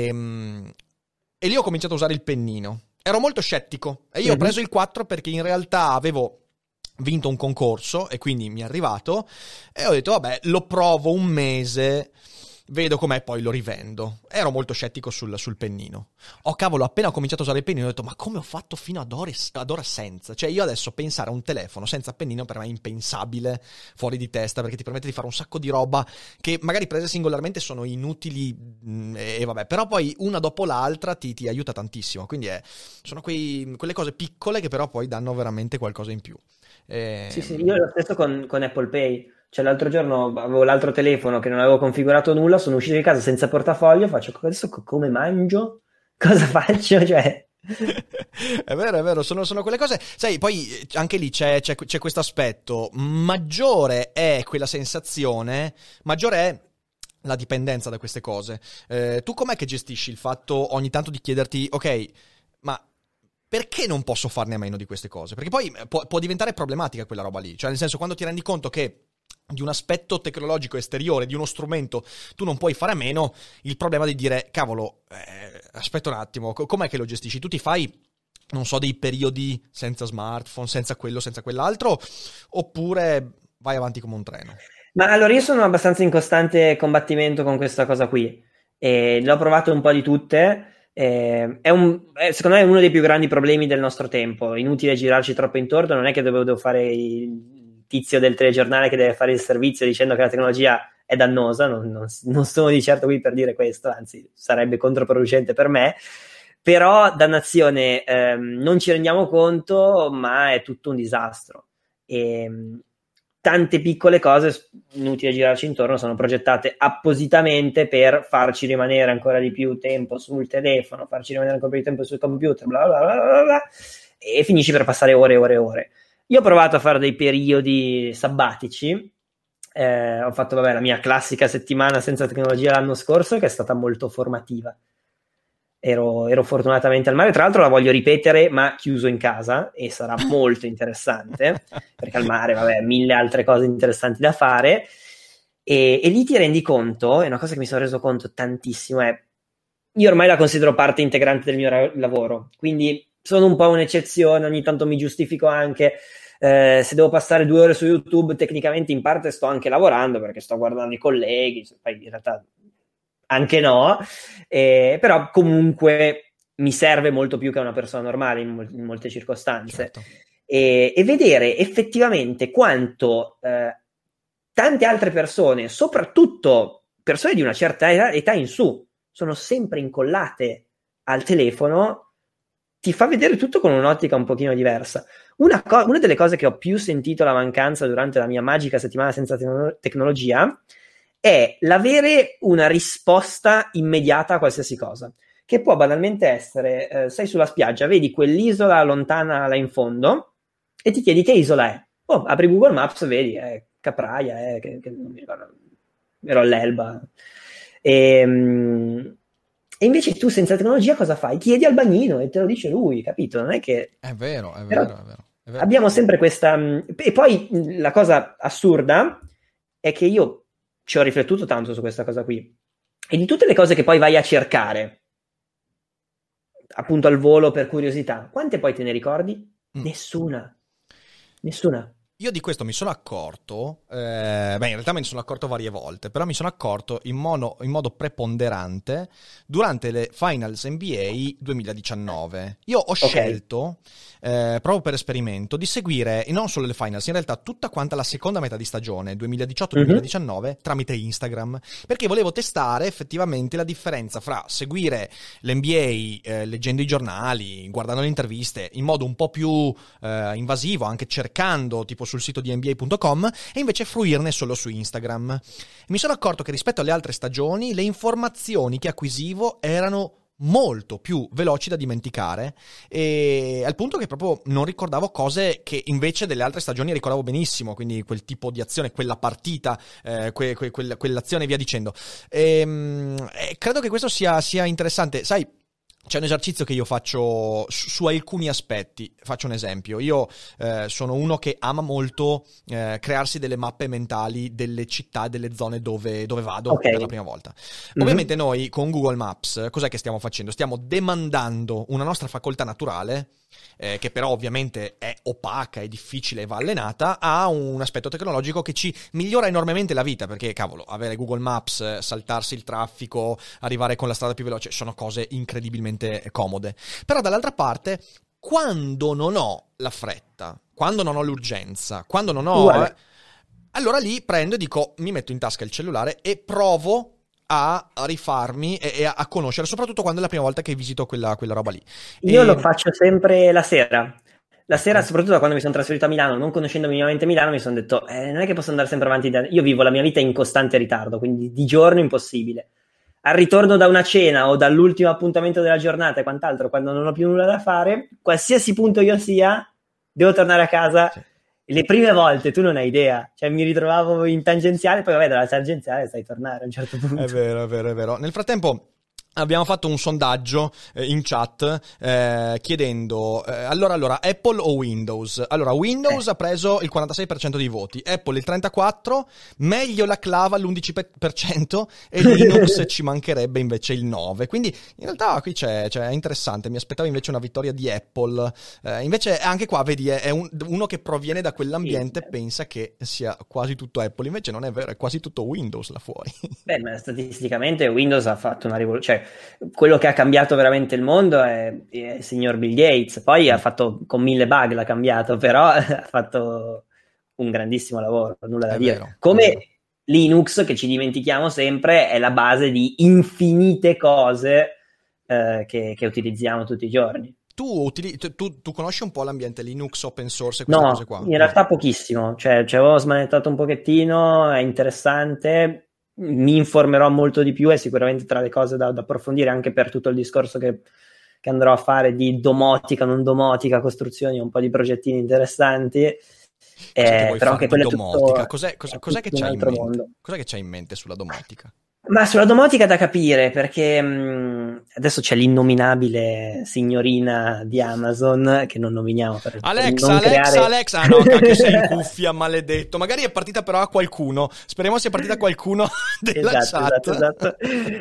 Speaker 4: e, e lì ho cominciato a usare il pennino. Ero molto scettico e io mm-hmm. ho preso il quattro perché in realtà avevo vinto un concorso e quindi mi è arrivato e ho detto vabbè, lo provo un mese, vedo com'è, poi lo rivendo. Ero molto scettico sul, sul pennino. Oh cavolo, appena ho cominciato a usare il pennino ho detto ma come ho fatto fino ad ora, ad ora senza? Cioè io adesso pensare a un telefono senza pennino per me è impensabile, fuori di testa, perché ti permette di fare un sacco di roba che magari prese singolarmente sono inutili mh, e vabbè, però poi una dopo l'altra ti, ti aiuta tantissimo, quindi è, sono quei, quelle cose piccole che però poi danno veramente qualcosa in più. Eh...
Speaker 5: Sì, sì, io lo stesso con, con Apple Pay. Cioè l'altro giorno avevo l'altro telefono che non avevo configurato nulla, sono uscito di casa senza portafoglio, faccio adesso come mangio? Cosa faccio? Cioè...
Speaker 4: È vero, è vero, sono, sono quelle cose. Sai, poi anche lì c'è, c'è, c'è questo aspetto. Maggiore è quella sensazione, maggiore è la dipendenza da queste cose. Eh, tu com'è che gestisci il fatto ogni tanto di chiederti, ok, ma perché non posso farne a meno di queste cose? Perché poi può, può diventare problematica quella roba lì. Cioè, nel senso, quando ti rendi conto che di un aspetto tecnologico esteriore, di uno strumento, tu non puoi fare a meno, il problema di dire, cavolo, eh, aspetta un attimo, com'è che lo gestisci? Tu ti fai, non so, dei periodi senza smartphone, senza quello, senza quell'altro, oppure vai avanti come un treno?
Speaker 5: Ma allora, io sono abbastanza in costante combattimento con questa cosa qui. E l'ho provato un po' di tutte. Eh, è un, è, secondo me è uno dei più grandi problemi del nostro tempo. Inutile girarci troppo intorno. Non è che dovevo fare il tizio del telegiornale che deve fare il servizio dicendo che la tecnologia è dannosa, non, non, non sono di certo qui per dire questo, anzi sarebbe controproducente per me, però dannazione, ehm, non ci rendiamo conto, ma è tutto un disastro. E tante piccole cose, inutile girarci intorno, sono progettate appositamente per farci rimanere ancora di più tempo sul telefono, farci rimanere ancora più tempo sul computer, bla bla bla bla bla, e finisci per passare ore e ore e ore. Io ho provato a fare dei periodi sabbatici, eh, ho fatto vabbè, la mia classica settimana senza tecnologia l'anno scorso, che è stata molto formativa. Ero, ero fortunatamente al mare, tra l'altro la voglio ripetere ma chiuso in casa, e sarà molto interessante perché al mare vabbè mille altre cose interessanti da fare, e, e lì ti rendi conto, è una cosa che mi sono reso conto tantissimo, è io ormai la considero parte integrante del mio ra- lavoro, quindi sono un po' un'eccezione, ogni tanto mi giustifico anche, eh, se devo passare due ore su YouTube tecnicamente in parte sto anche lavorando perché sto guardando i colleghi, poi in realtà anche no, eh, però comunque mi serve molto più che a una persona normale in, mol- in molte circostanze.
Speaker 4: Certo.
Speaker 5: E, e vedere effettivamente quanto eh, tante altre persone, soprattutto persone di una certa età, età in su, sono sempre incollate al telefono, ti fa vedere tutto con un'ottica un pochino diversa. Una, co- una delle cose che ho più sentito la mancanza durante la mia magica settimana senza te- tecnologia è l'avere una risposta immediata a qualsiasi cosa, che può banalmente essere, eh, sei sulla spiaggia, vedi quell'isola lontana là in fondo e ti chiedi che isola è. Oh, apri Google Maps, vedi, è Capraia, è, che, che non mi ricordo, ero all'Elba. E, um, e invece tu senza tecnologia cosa fai? Chiedi al bagnino e te lo dice lui, capito? Non è che...
Speaker 4: È vero, è
Speaker 5: Però
Speaker 4: vero, è vero, è vero.
Speaker 5: Abbiamo sempre questa... E poi la cosa assurda è che io ci ho riflettuto tanto su questa cosa qui, e di tutte le cose che poi vai a cercare appunto al volo per curiosità, quante poi te ne ricordi? Mm. Nessuna. Nessuna.
Speaker 4: Io di questo mi sono accorto, eh, beh in realtà me ne sono accorto varie volte, però mi sono accorto in, mono, in modo preponderante durante le Finals N B A duemiladiciannove. Io ho okay. scelto, eh, proprio per esperimento, di seguire non solo le Finals, in realtà tutta quanta la seconda metà di stagione duemiladiciotto duemiladiciannove mm-hmm. tramite Instagram, perché volevo testare effettivamente la differenza fra seguire l'N B A eh, leggendo i giornali, guardando le interviste in modo un po' più eh, invasivo, anche cercando tipo sul sito di N B A punto com, e invece fruirne solo su Instagram. Mi sono accorto che rispetto alle altre stagioni le informazioni che acquisivo erano molto più veloci da dimenticare, e al punto che proprio non ricordavo cose che invece delle altre stagioni ricordavo benissimo, quindi quel tipo di azione, quella partita, eh, que, que, quella, quell'azione e via dicendo. E, e credo che questo sia, sia interessante. Sai, c'è un esercizio che io faccio su, su alcuni aspetti. Faccio un esempio. Io eh, sono uno che ama molto eh, crearsi delle mappe mentali delle città, delle zone dove, dove vado okay. per la prima volta. Mm-hmm. Ovviamente noi con Google Maps cos'è che stiamo facendo? Stiamo demandando una nostra facoltà naturale, eh, che però ovviamente è opaca, è difficile e va allenata, a un aspetto tecnologico che ci migliora enormemente la vita, perché cavolo, avere Google Maps, saltarsi il traffico, arrivare con la strada più veloce, sono cose incredibilmente comode. Però dall'altra parte, quando non ho la fretta, quando non ho l'urgenza, quando non ho eh, allora lì prendo e dico, mi metto in tasca il cellulare e provo a rifarmi e, e a conoscere, soprattutto quando è la prima volta che visito quella, quella roba lì.
Speaker 5: Io
Speaker 4: e...
Speaker 5: lo faccio sempre la sera. La sera, soprattutto da quando mi sono trasferito a Milano, non conoscendo minimamente Milano, mi sono detto, eh, non è che posso andare sempre avanti. Da... Io vivo la mia vita in costante ritardo, quindi di giorno impossibile. Al ritorno da una cena o dall'ultimo appuntamento della giornata e quant'altro, quando non ho più nulla da fare, qualsiasi punto io sia, devo tornare a casa. Sì. Le prime volte tu non hai idea, cioè mi ritrovavo in tangenziale, poi vabbè dalla tangenziale sai tornare a un certo punto.
Speaker 4: È vero, è vero, è vero. Nel frattempo abbiamo fatto un sondaggio eh, in chat eh, chiedendo eh, allora allora Apple o Windows. Allora Windows eh. ha preso il quarantasei per cento dei voti, Apple il trentaquattro per cento, meglio la clava l'undici per cento e Linux ci mancherebbe invece il nove per cento. Quindi in realtà qui c'è, c'è è interessante, mi aspettavo invece una vittoria di Apple, eh, invece anche qua vedi è un, uno che proviene da quell'ambiente sì. pensa che sia quasi tutto Apple, invece non è vero, è quasi tutto Windows là fuori.
Speaker 5: Beh, ma statisticamente Windows ha fatto una rivoluzione, cioè quello che ha cambiato veramente il mondo è, è il signor Bill Gates. Poi ha fatto con mille bug, l'ha cambiato, però ha fatto un grandissimo lavoro, nulla da
Speaker 4: è
Speaker 5: dire.
Speaker 4: Vero,
Speaker 5: come Linux, che ci dimentichiamo sempre, è la base di infinite cose eh, che, che utilizziamo tutti i giorni.
Speaker 4: Tu, utili- tu, tu conosci un po' l'ambiente Linux, open source e queste
Speaker 5: No,
Speaker 4: cose qua?
Speaker 5: in realtà pochissimo, cioè ci avevo smanettato un pochettino, è interessante, mi informerò molto di più, è sicuramente tra le cose da, da approfondire, anche per tutto il discorso che, che andrò a fare di domotica, non domotica, costruzioni, un po' di progettini interessanti. Eh, però anche quello è
Speaker 4: domotica,
Speaker 5: tutto,
Speaker 4: cos'è, cos'è,
Speaker 5: è
Speaker 4: cos'è che
Speaker 5: tutto un
Speaker 4: c'hai in
Speaker 5: altro
Speaker 4: mente?
Speaker 5: mondo.
Speaker 4: Cos'è che c'hai in mente sulla domotica?
Speaker 5: Ma sulla domotica è da capire, perché mh, adesso c'è l'innominabile signorina di Amazon, che non nominiamo per
Speaker 4: Alexa,
Speaker 5: non
Speaker 4: Alexa,
Speaker 5: creare...
Speaker 4: Alexa, ah no, cacchio, sei in cuffia, maledetto. Magari è partita però a qualcuno, speriamo sia partita a qualcuno della
Speaker 5: esatto,
Speaker 4: chat.
Speaker 5: esatto, esatto.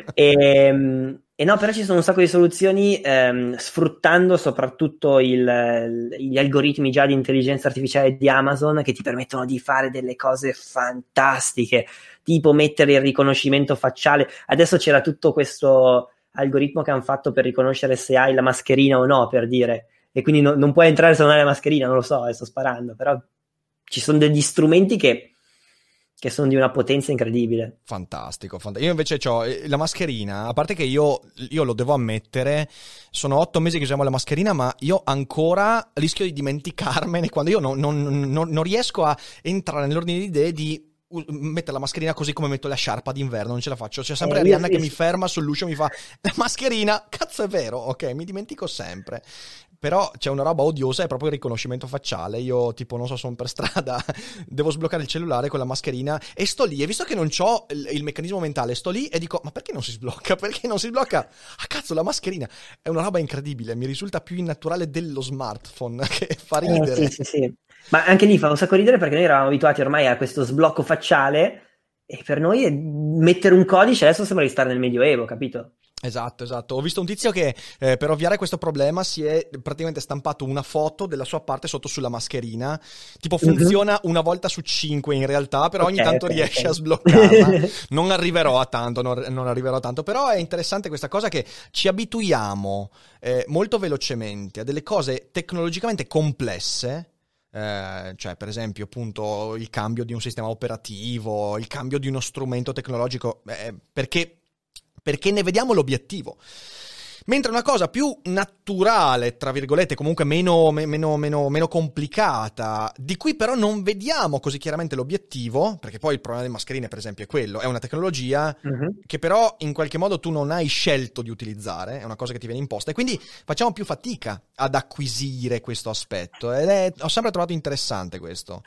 Speaker 5: E, e no, però ci sono un sacco di soluzioni ehm, sfruttando soprattutto il, gli algoritmi già di intelligenza artificiale di Amazon, che ti permettono di fare delle cose fantastiche, tipo mettere il riconoscimento facciale. Adesso c'era tutto questo algoritmo che hanno fatto per riconoscere se hai la mascherina o no, per dire, e quindi no, non puoi entrare se non hai la mascherina, non lo so, sto sparando, però ci sono degli strumenti che che sono di una potenza incredibile.
Speaker 4: Fantastico, fant- io invece ho la mascherina, a parte che io, io lo devo ammettere, sono otto mesi che usiamo la mascherina, ma io ancora rischio di dimenticarmene quando io non, non, non, non riesco a entrare nell'ordine di idee di mettere la mascherina così come metto la sciarpa d'inverno, non ce la faccio. C'è sempre
Speaker 5: eh,
Speaker 4: Arianna
Speaker 5: sì,
Speaker 4: che
Speaker 5: sì.
Speaker 4: mi ferma sull'uscio e mi fa la mascherina, cazzo è vero, ok, mi dimentico sempre. Però c'è una roba odiosa, è proprio il riconoscimento facciale. Io tipo non so, sono per strada, devo sbloccare il cellulare con la mascherina e sto lì, e visto che non c'ho il, il meccanismo mentale, sto lì e dico ma perché non si sblocca? Perché non si sblocca? Ah cazzo, la mascherina è una roba incredibile, mi risulta più innaturale dello smartphone, che fa ridere.
Speaker 5: Eh, sì, sì, sì. Ma anche lì fa un sacco ridere, perché noi eravamo abituati ormai a questo sblocco facciale e per noi è mettere un codice adesso sembra di stare nel Medioevo, capito?
Speaker 4: Esatto, esatto. Ho visto un tizio che eh, per ovviare questo problema si è praticamente stampato una foto della sua parte sotto sulla mascherina. Tipo funziona mm-hmm. una volta su cinque in realtà, però okay, ogni tanto okay, riesce okay. a sbloccarla. Non arriverò a tanto, non, non arriverò a tanto, però è interessante questa cosa che ci abituiamo eh, molto velocemente a delle cose tecnologicamente complesse. Eh, cioè per esempio appunto il cambio di un sistema operativo, il cambio di uno strumento tecnologico, eh, perché perché ne vediamo l'obiettivo. Mentre una cosa più naturale, tra virgolette, comunque meno, meno, meno, meno complicata, di cui però non vediamo così chiaramente l'obiettivo, perché poi il problema delle mascherine, per esempio, è quello, è una tecnologia uh-huh. che però in qualche modo tu non hai scelto di utilizzare, è una cosa che ti viene imposta, e quindi facciamo più fatica ad acquisire questo aspetto, ed è, ho sempre trovato interessante questo.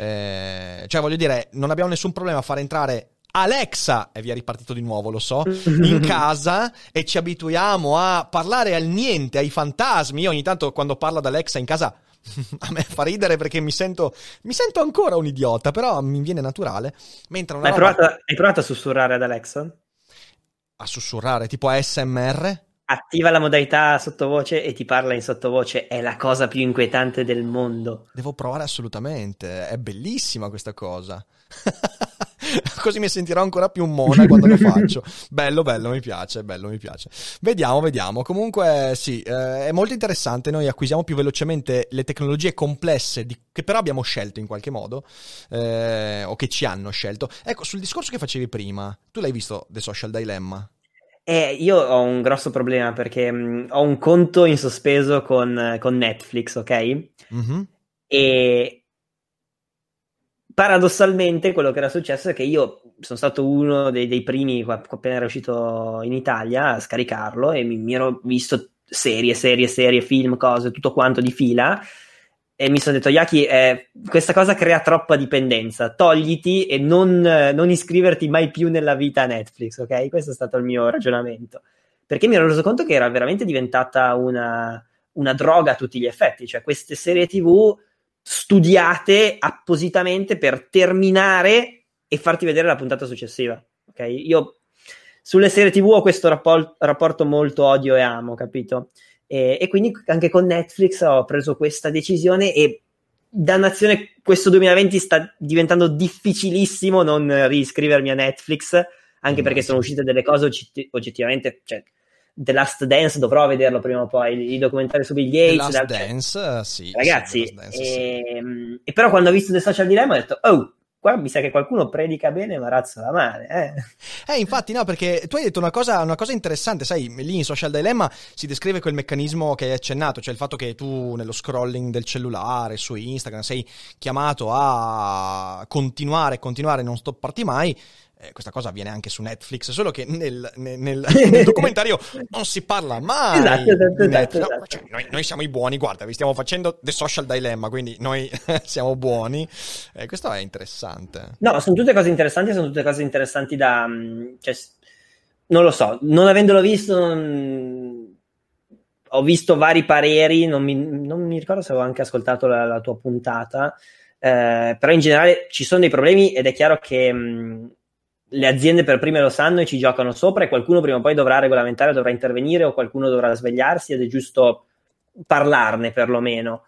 Speaker 4: Eh, cioè, voglio dire, non abbiamo nessun problema a far entrare Alexa, e via ripartito di nuovo, lo so, in casa, e ci abituiamo a parlare al niente, ai fantasmi. Io ogni tanto quando parlo ad Alexa in casa a me fa ridere perché mi sento mi sento ancora un idiota, però mi viene naturale. Mentre una
Speaker 5: Ma hai,
Speaker 4: roba...
Speaker 5: provato, hai provato a sussurrare ad Alexa?
Speaker 4: A sussurrare, tipo A S M R?
Speaker 5: Attiva la modalità sottovoce e ti parla in sottovoce, è la cosa più inquietante del mondo.
Speaker 4: Devo provare assolutamente, è bellissima questa cosa. Così mi sentirò ancora più mona quando lo faccio. Bello, bello, mi piace, bello, mi piace. Vediamo, vediamo. Comunque sì, eh, è molto interessante. Noi acquisiamo più velocemente le tecnologie complesse di, che però abbiamo scelto in qualche modo, eh, o che ci hanno scelto. Ecco, sul discorso che facevi prima, tu l'hai visto The Social Dilemma?
Speaker 5: Eh, io ho un grosso problema perché mh, ho un conto in sospeso con, con Netflix, ok? Mm-hmm. E paradossalmente quello che era successo è che io sono stato uno dei, dei primi, appena era uscito in Italia, a scaricarlo, e mi, mi ero visto serie, serie, serie, film, cose, tutto quanto di fila, e mi sono detto, Yaki, eh, questa cosa crea troppa dipendenza, togliti e non, non iscriverti mai più nella vita a Netflix, ok? Questo è stato il mio ragionamento, perché mi ero reso conto che era veramente diventata una, una droga a tutti gli effetti, cioè queste serie tv studiate appositamente per terminare e farti vedere la puntata successiva, ok? Io sulle serie tv ho questo rapport, rapporto molto odio e amo, capito? E, e quindi anche con Netflix ho preso questa decisione, e dannazione, questo duemilaventi sta diventando difficilissimo non riscrivermi a Netflix, anche mm, perché sì. sono uscite delle cose oggettivamente, cioè The Last Dance dovrò vederlo prima o poi, i documentari su Bill Gates.
Speaker 4: The Last Dance, sì.
Speaker 5: Ragazzi,
Speaker 4: sì, Dance,
Speaker 5: e,
Speaker 4: sì.
Speaker 5: e però quando ho visto The Social Dilemma ho detto, oh, qua mi sa che qualcuno predica bene ma razzola male. Eh,
Speaker 4: eh infatti no, perché tu hai detto una cosa, una cosa interessante, sai, lì in Social Dilemma si descrive quel meccanismo che hai accennato, cioè il fatto che tu nello scrolling del cellulare su Instagram sei chiamato a continuare, continuare, non stopparti mai. Eh, questa cosa avviene anche su Netflix, solo che nel, nel, nel, nel documentario non si parla mai
Speaker 5: esatto, esatto,
Speaker 4: di Netflix.
Speaker 5: esatto,
Speaker 4: No,
Speaker 5: esatto.
Speaker 4: cioè, noi, noi siamo i buoni, guarda, vi stiamo facendo The Social Dilemma, quindi noi siamo buoni. Eh, questo è interessante.
Speaker 5: No, sono tutte cose interessanti, sono tutte cose interessanti da... Cioè, non lo so, non avendolo visto... Non... Ho visto vari pareri, non mi, non mi ricordo se avevo anche ascoltato la, la tua puntata, eh, però in generale ci sono dei problemi ed è chiaro che... Mh, le aziende per prime lo sanno e ci giocano sopra e qualcuno prima o poi dovrà regolamentare, dovrà intervenire o qualcuno dovrà svegliarsi ed è giusto parlarne perlomeno.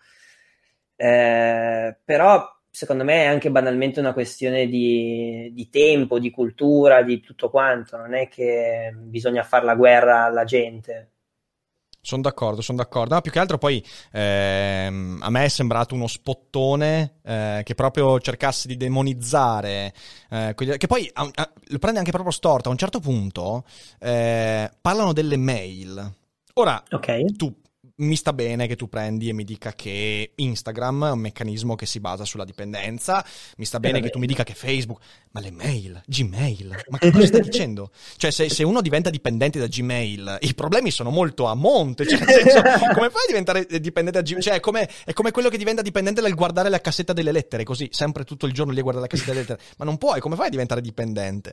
Speaker 5: Eh, però secondo me è anche banalmente una questione di, di tempo, di cultura, di tutto quanto, non è che bisogna fare la guerra alla gente.
Speaker 4: Sono d'accordo, sono d'accordo. No, più che altro poi ehm, a me è sembrato uno spottone eh, che proprio cercasse di demonizzare, eh, quelli, che poi a, a, lo prende anche proprio storto. A un certo punto eh, parlano delle mail. Ora,
Speaker 5: Ok.
Speaker 4: tu mi sta bene che tu prendi e mi dica che Instagram è un meccanismo che si basa sulla dipendenza, mi sta bene
Speaker 5: Eh,
Speaker 4: che tu mi dica che Facebook, ma le mail, Gmail, ma che cosa stai dicendo? Cioè se, se uno diventa dipendente da Gmail, i problemi sono molto a monte, cioè nel senso, come fai a diventare dipendente da Gmail? Cioè è come, è come quello che diventa dipendente dal guardare la cassetta delle lettere, così, sempre tutto il giorno lì a guardare la cassetta delle lettere, ma non puoi, come fai a diventare dipendente?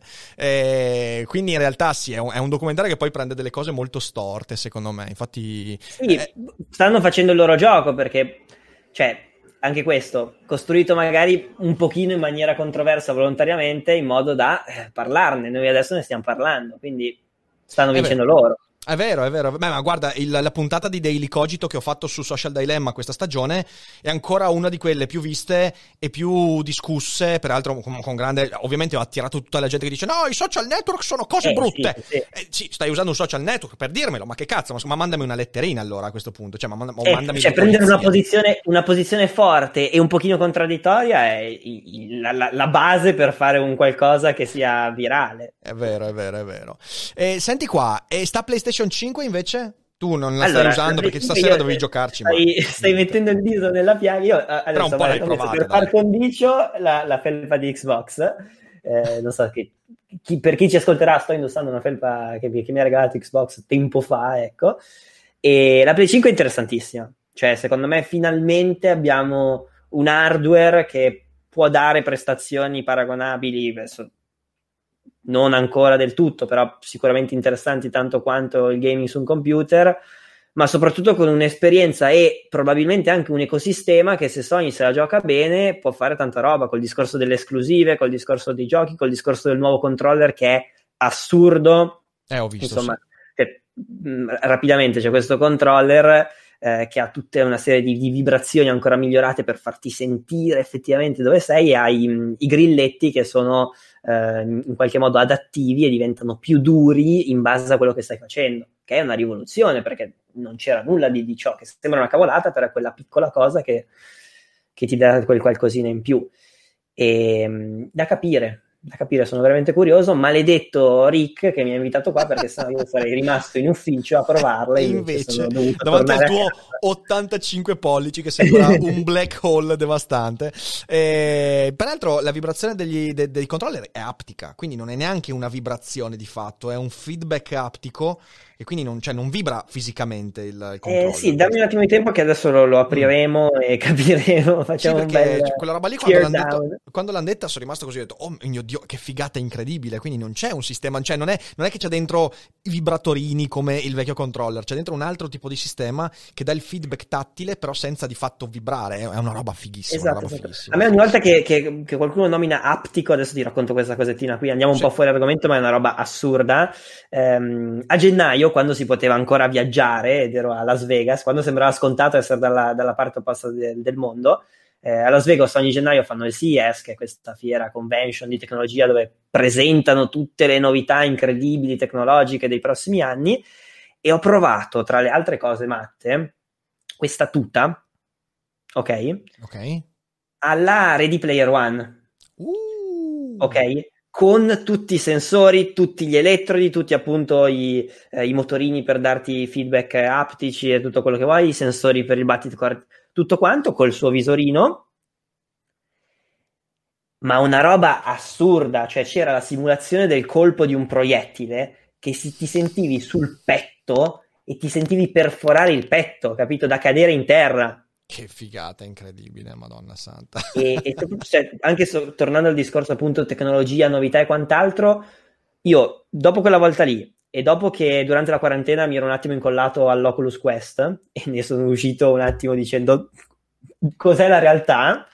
Speaker 4: E quindi in realtà sì, è un, è un documentario che poi prende delle cose molto storte, secondo me, infatti...
Speaker 5: Sì,
Speaker 4: eh,
Speaker 5: stanno facendo il loro gioco perché, cioè, anche questo, costruito magari un pochino in maniera controversa volontariamente in modo da eh, parlarne. Noi adesso ne stiamo parlando, quindi stanno vincendo loro.
Speaker 4: È vero, è vero. Beh, ma guarda, il, la puntata di Daily Cogito che ho fatto su Social Dilemma questa stagione è ancora una di quelle più viste e più discusse, peraltro con, con grande... Ovviamente ho attirato tutta la gente che dice no, i social network sono cose
Speaker 5: Eh,
Speaker 4: brutte.
Speaker 5: sì, sì.
Speaker 4: Eh, sì, stai usando un social network per dirmelo, ma che cazzo? Ma, ma mandami una letterina allora a questo punto. Cioè, ma, ma
Speaker 5: Eh,
Speaker 4: mandami
Speaker 5: cioè
Speaker 4: la
Speaker 5: prendere una
Speaker 4: polizia.
Speaker 5: posizione, una posizione forte e un pochino contraddittoria è i- i- la, la- la base per fare un qualcosa che sia virale.
Speaker 4: È vero, è vero, è vero. E senti qua, e sta PlayStation cinque invece? Tu non la
Speaker 5: Allora,
Speaker 4: stai usando
Speaker 5: la
Speaker 4: perché
Speaker 5: PlayStation
Speaker 4: stasera
Speaker 5: io-
Speaker 4: dovevi giocarci.
Speaker 5: Stai,
Speaker 4: ma...
Speaker 5: stai mettendo il viso nella piaga. Io eh,
Speaker 4: Però
Speaker 5: adesso
Speaker 4: un po'
Speaker 5: guarda,
Speaker 4: l'hai
Speaker 5: ho messo
Speaker 4: provato,
Speaker 5: per
Speaker 4: dai.
Speaker 5: par condicio la, la felpa di Xbox. Eh, non so che, chi, per chi ci ascolterà, sto indossando una felpa che, che mi ha regalato Xbox tempo fa, ecco. E la Play cinque è interessantissima. Cioè, secondo me, finalmente abbiamo un hardware che può dare prestazioni paragonabili. Adesso, non ancora del tutto, però sicuramente interessanti tanto quanto il gaming su un computer, ma soprattutto con un'esperienza e probabilmente anche un ecosistema che se Sony se la gioca bene può fare tanta roba, col discorso delle esclusive, col discorso dei giochi, col discorso del nuovo controller che è assurdo.
Speaker 4: Eh, ho visto,
Speaker 5: Insomma,
Speaker 4: sì.
Speaker 5: che, mh, rapidamente c'è questo controller eh, che ha tutta una serie di, di vibrazioni ancora migliorate per farti sentire effettivamente dove sei, e hai mh, i grilletti che sono eh, in qualche modo adattivi e diventano più duri in base a quello che stai facendo, che è una rivoluzione perché non c'era nulla di, di ciò, che sembra una cavolata, però è quella piccola cosa che, che ti dà quel qualcosina in più. E mh, da capire da capire, sono veramente curioso. Maledetto Rick che mi ha invitato qua, perché sennò io sarei rimasto in ufficio a provarla,
Speaker 4: e
Speaker 5: invece,
Speaker 4: invece davanti al tuo ottantacinque pollici che sembra un black hole devastante. E, peraltro la vibrazione degli, de, dei controller è aptica, quindi non è neanche una vibrazione di fatto, è un feedback aptico e quindi non, cioè, non vibra fisicamente il, il controller.
Speaker 5: Eh, sì, dammi un attimo di tempo che adesso lo, lo apriremo mm. e capiremo, facciamo
Speaker 4: sì,
Speaker 5: un
Speaker 4: perché
Speaker 5: bel
Speaker 4: quella roba lì quando l'hanno, detto, quando l'hanno detta sono rimasto così, ho detto oh mio Dio che figata incredibile, quindi non c'è un sistema, cioè non è, non è che c'è dentro i vibratorini come il vecchio controller, c'è dentro un altro tipo di sistema che dà il feedback tattile però senza di fatto vibrare, è una roba fighissima,
Speaker 5: esatto,
Speaker 4: una roba
Speaker 5: esatto.
Speaker 4: fighissima.
Speaker 5: A me ogni volta che, che, che qualcuno nomina aptico, adesso ti racconto questa cosettina qui, andiamo un sì. po' fuori argomento, ma è una roba assurda. Ehm, a gennaio, quando si poteva ancora viaggiare ed ero a Las Vegas, quando sembrava scontato essere dalla, dalla parte opposta del, del mondo, eh, a Las Vegas ogni gennaio fanno il C E S, che è questa fiera convention di tecnologia dove presentano tutte le novità incredibili tecnologiche dei prossimi anni, e ho provato, tra le altre cose matte, questa tuta, ok?
Speaker 4: Ok.
Speaker 5: Alla Ready Player One.
Speaker 4: Uh.
Speaker 5: ok? Con tutti i sensori, tutti gli elettrodi, tutti appunto i, eh, i motorini per darti feedback aptici e tutto quello che vuoi, i sensori per il battito card- tutto quanto col suo visorino, ma una roba assurda, cioè c'era la simulazione del colpo di un proiettile che si, ti sentivi sul petto e ti sentivi perforare il petto, capito? Da cadere in terra.
Speaker 4: Che figata incredibile, Madonna santa.
Speaker 5: E, e cioè, anche so, tornando al discorso appunto tecnologia, novità e quant'altro, io dopo quella volta lì e dopo che durante la quarantena mi ero un attimo incollato all'Oculus Quest e ne sono uscito un attimo dicendo cos'è la realtà,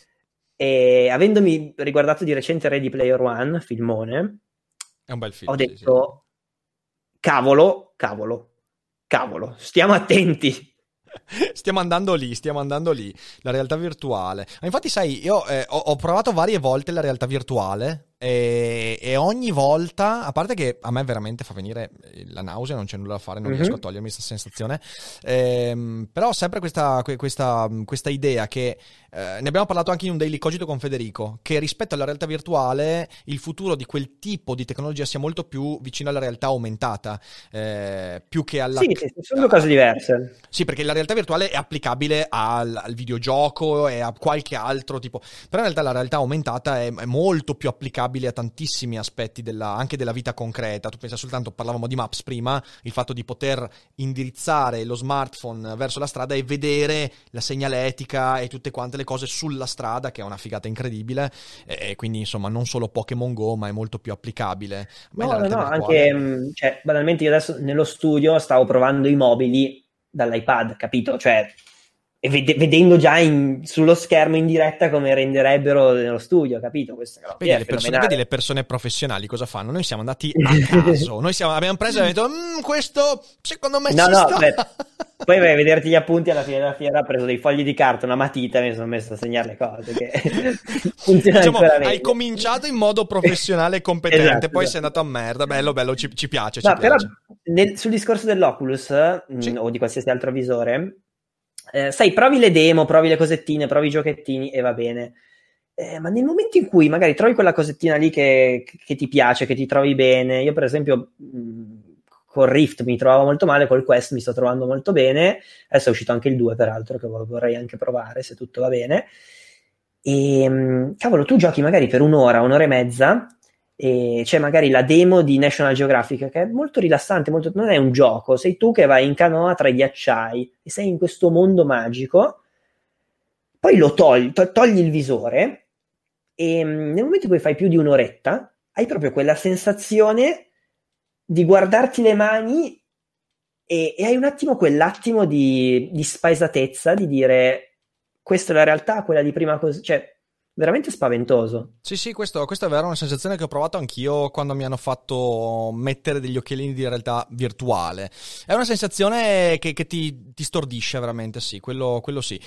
Speaker 5: e avendomi riguardato di recente Ready Player One, filmone,
Speaker 4: è un bel film,
Speaker 5: ho detto sì, sì. cavolo, cavolo, cavolo, stiamo attenti.
Speaker 4: Stiamo andando lì, stiamo andando lì, la realtà virtuale. Ma infatti sai, io eh, ho, ho provato varie volte la realtà virtuale e, e ogni volta, a parte che a me veramente fa venire la nausea, non c'è nulla da fare, non mm-hmm. riesco a togliermi questa sensazione, ehm, però ho sempre questa, questa, questa idea che, eh, ne abbiamo parlato anche in un Daily Cogito con Federico, che rispetto alla realtà virtuale il futuro di quel tipo di tecnologia sia molto più vicino alla realtà aumentata, eh, più che alla...
Speaker 5: Sì, sì, sono due cose diverse.
Speaker 4: Sì, perché la realtà virtuale è applicabile al, al videogioco e a qualche altro tipo, però in realtà la realtà aumentata è, è molto più applicabile a tantissimi aspetti della, anche della vita concreta. Tu pensa soltanto, parlavamo di Maps prima, il fatto di poter indirizzare lo smartphone verso la strada e vedere la segnaletica e tutte quante le cose sulla strada, che è una figata incredibile, e, e quindi insomma non solo Pokémon Go, ma è molto più applicabile. Ma
Speaker 5: no, no, no, anche, cioè, banalmente io adesso nello studio stavo provando i mobili dall'iPad, capito? Cioè, e ved- vedendo già in, sullo schermo in diretta come renderebbero nello studio, capito? Questa
Speaker 4: vedi, le persone, vedi le persone professionali cosa fanno? Noi siamo andati a caso, noi siamo, abbiamo preso e abbiamo detto mmm, questo secondo me
Speaker 5: no,
Speaker 4: ci
Speaker 5: no,
Speaker 4: sta.
Speaker 5: Beh, poi vai a vederti gli appunti alla fine della fiera, ho preso dei fogli di carta, una matita e mi sono messo a segnare le cose che funziona
Speaker 4: diciamo,
Speaker 5: ancora
Speaker 4: hai
Speaker 5: meglio.
Speaker 4: Cominciato in modo professionale e competente,
Speaker 5: esatto,
Speaker 4: poi
Speaker 5: esatto.
Speaker 4: sei andato a merda, bello bello, ci, ci piace,
Speaker 5: no,
Speaker 4: ci
Speaker 5: però
Speaker 4: piace.
Speaker 5: Nel, sul discorso dell'Oculus
Speaker 4: sì.
Speaker 5: mh, o di qualsiasi altro visore, eh, sai, provi le demo, provi le cosettine, provi i giochettini e va bene, eh, ma nel momento in cui magari trovi quella cosettina lì che, che ti piace, che ti trovi bene, io per esempio mh, col Rift mi trovavo molto male, col Quest mi sto trovando molto bene, adesso è uscito anche il due peraltro che vorrei anche provare se tutto va bene, e mh, cavolo, tu giochi magari per un'ora, un'ora e mezza, e c'è magari la demo di National Geographic che è molto rilassante, molto, non è un gioco, sei tu che vai in canoa tra i ghiacciai e sei in questo mondo magico, poi lo togli, to- togli il visore e mh, nel momento in cui fai più di un'oretta hai proprio quella sensazione di guardarti le mani e, e hai un attimo quell'attimo di, di spaesatezza, di dire questa è la realtà, quella di prima così, cioè veramente spaventoso.
Speaker 4: Sì, sì, questo, questo è vero, è una sensazione che ho provato anch'io quando mi hanno fatto mettere degli occhialini di realtà virtuale. È una sensazione che, che ti, ti stordisce veramente, sì, quello, quello sì.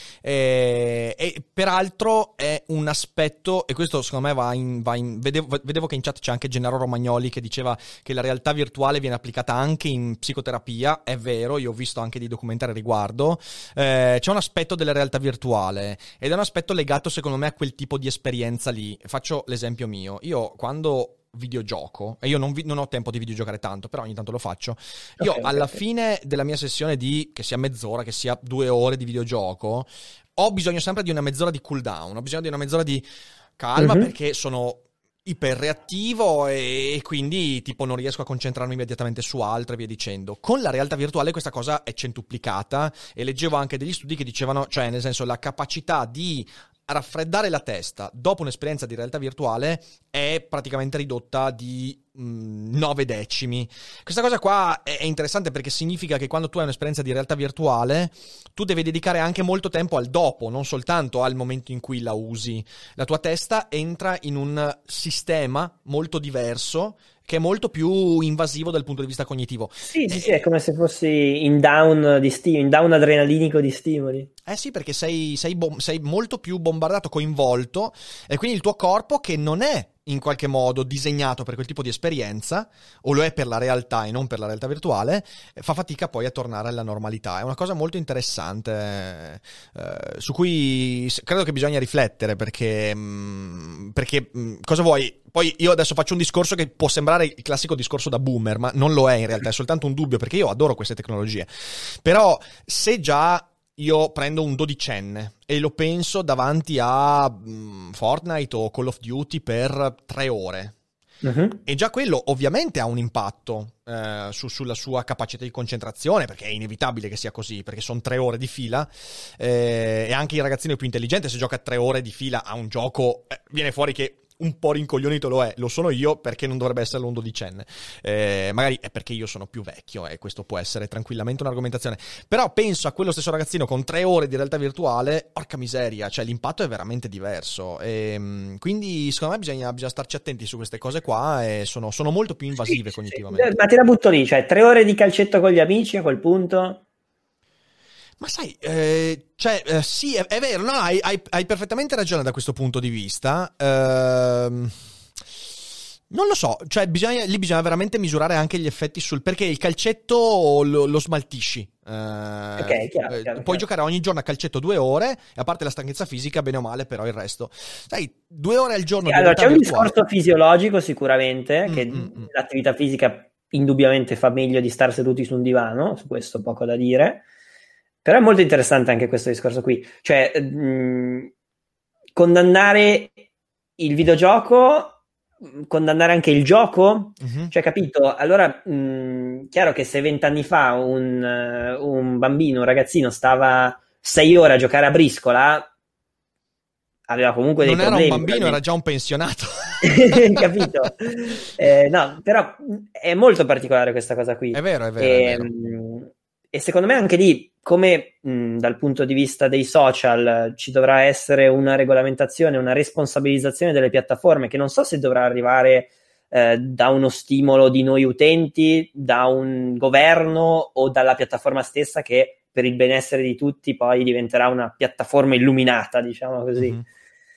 Speaker 4: E, e peraltro è un aspetto, e questo secondo me va in... Va in vedevo, vedevo che in chat c'è anche Gennaro Romagnoli che diceva che la realtà virtuale viene applicata anche in psicoterapia. È vero, io ho visto anche dei documentari a riguardo. Eh, c'è un aspetto della realtà virtuale ed è un aspetto legato secondo me a quel tipo di esperienza lì. Faccio l'esempio mio. Io quando videogioco, e io non, vi, non ho tempo di videgiocare tanto, però ogni tanto lo faccio, io okay, alla okay. fine della mia sessione di, che sia mezz'ora, che sia due ore di videogioco, ho bisogno sempre di una mezz'ora di cooldown, ho bisogno di una mezz'ora di calma, mm-hmm. perché sono iperreattivo e, e quindi tipo non riesco a concentrarmi immediatamente su altro e via dicendo. Con la realtà virtuale questa cosa è centuplicata e leggevo anche degli studi che dicevano, cioè nel senso la capacità di raffreddare la testa dopo un'esperienza di realtà virtuale è praticamente ridotta di mh, nove decimi. Questa cosa qua è, è interessante perché significa che quando tu hai un'esperienza di realtà virtuale tu devi dedicare anche molto tempo al dopo, non soltanto al momento in cui la usi. La tua testa entra in un sistema molto diverso che è molto più invasivo dal punto di vista cognitivo.
Speaker 5: Sì, sì, e... sì, è come se fossi in down di stimoli, in down adrenalinico di stimoli.
Speaker 4: Eh sì, perché sei, sei, bom- sei molto più bombardato, coinvolto, e quindi il tuo corpo, che non è in qualche modo disegnato per quel tipo di esperienza, o lo è per la realtà e non per la realtà virtuale, fa fatica poi a tornare alla normalità. È una cosa molto interessante, eh, su cui credo che bisogna riflettere, perché, mh, perché mh, cosa vuoi? Poi io adesso faccio un discorso che può sembrare il classico discorso da boomer, ma non lo è in realtà, è soltanto un dubbio, perché io adoro queste tecnologie. Però se già io prendo un dodicenne e lo penso davanti a mh, Fortnite o Call of Duty per tre ore, uh-huh. e già quello ovviamente ha un impatto eh, su, sulla sua capacità di concentrazione, perché è inevitabile che sia così, perché sono tre ore di fila, eh, e anche il ragazzino più intelligente, se gioca tre ore di fila a un gioco, eh, viene fuori che un po' rincoglionito lo è, lo sono io, perché non dovrebbe esserlo un dodicenne. Eh, magari è perché io sono più vecchio, e eh, questo può essere tranquillamente un'argomentazione. Però penso a quello stesso ragazzino con tre ore di realtà virtuale, porca miseria, cioè l'impatto è veramente diverso. E, quindi secondo me bisogna, bisogna starci attenti su queste cose qua, e sono, sono molto più invasive sì, cognitivamente.
Speaker 5: Sì. Ma te la butto lì, cioè tre ore di calcetto con gli amici a quel punto...
Speaker 4: Ma sai, eh, cioè, eh, sì, è, è vero, no, hai, hai, hai perfettamente ragione da questo punto di vista. Ehm, non lo so, cioè, bisogna, lì bisogna veramente misurare anche gli effetti sul... Perché il calcetto lo, lo smaltisci. Eh,
Speaker 5: okay, chiaro, chiaro,
Speaker 4: puoi
Speaker 5: chiaro.
Speaker 4: giocare ogni giorno a calcetto due ore, e a parte la stanchezza fisica, bene o male, però il resto... Sai, due ore al giorno...
Speaker 5: Sì,
Speaker 4: di
Speaker 5: allora, c'è un
Speaker 4: virtuale.
Speaker 5: discorso fisiologico sicuramente,
Speaker 4: Mm,
Speaker 5: che
Speaker 4: mm, mm.
Speaker 5: l'attività fisica indubbiamente fa meglio di star seduti su un divano, su questo poco da dire. Però è molto interessante anche questo discorso qui, cioè mh, condannare il videogioco, condannare anche il gioco, uh-huh. Cioè capito? Allora, mh, chiaro che se vent'anni fa un, uh, un bambino, un ragazzino stava sei ore a giocare a briscola, aveva comunque dei
Speaker 4: non
Speaker 5: problemi.
Speaker 4: Non era un bambino, era già un pensionato.
Speaker 5: Capito? Eh, no, però è molto particolare questa cosa qui.
Speaker 4: È vero, è vero,
Speaker 5: e,
Speaker 4: è vero.
Speaker 5: Mh, e secondo me anche lì, come mh, dal punto di vista dei social ci dovrà essere una regolamentazione, una responsabilizzazione delle piattaforme, che non so se dovrà arrivare eh, da uno stimolo di noi utenti, da un governo o dalla piattaforma stessa, che per il benessere di tutti poi diventerà una piattaforma illuminata, diciamo così. Mm-hmm.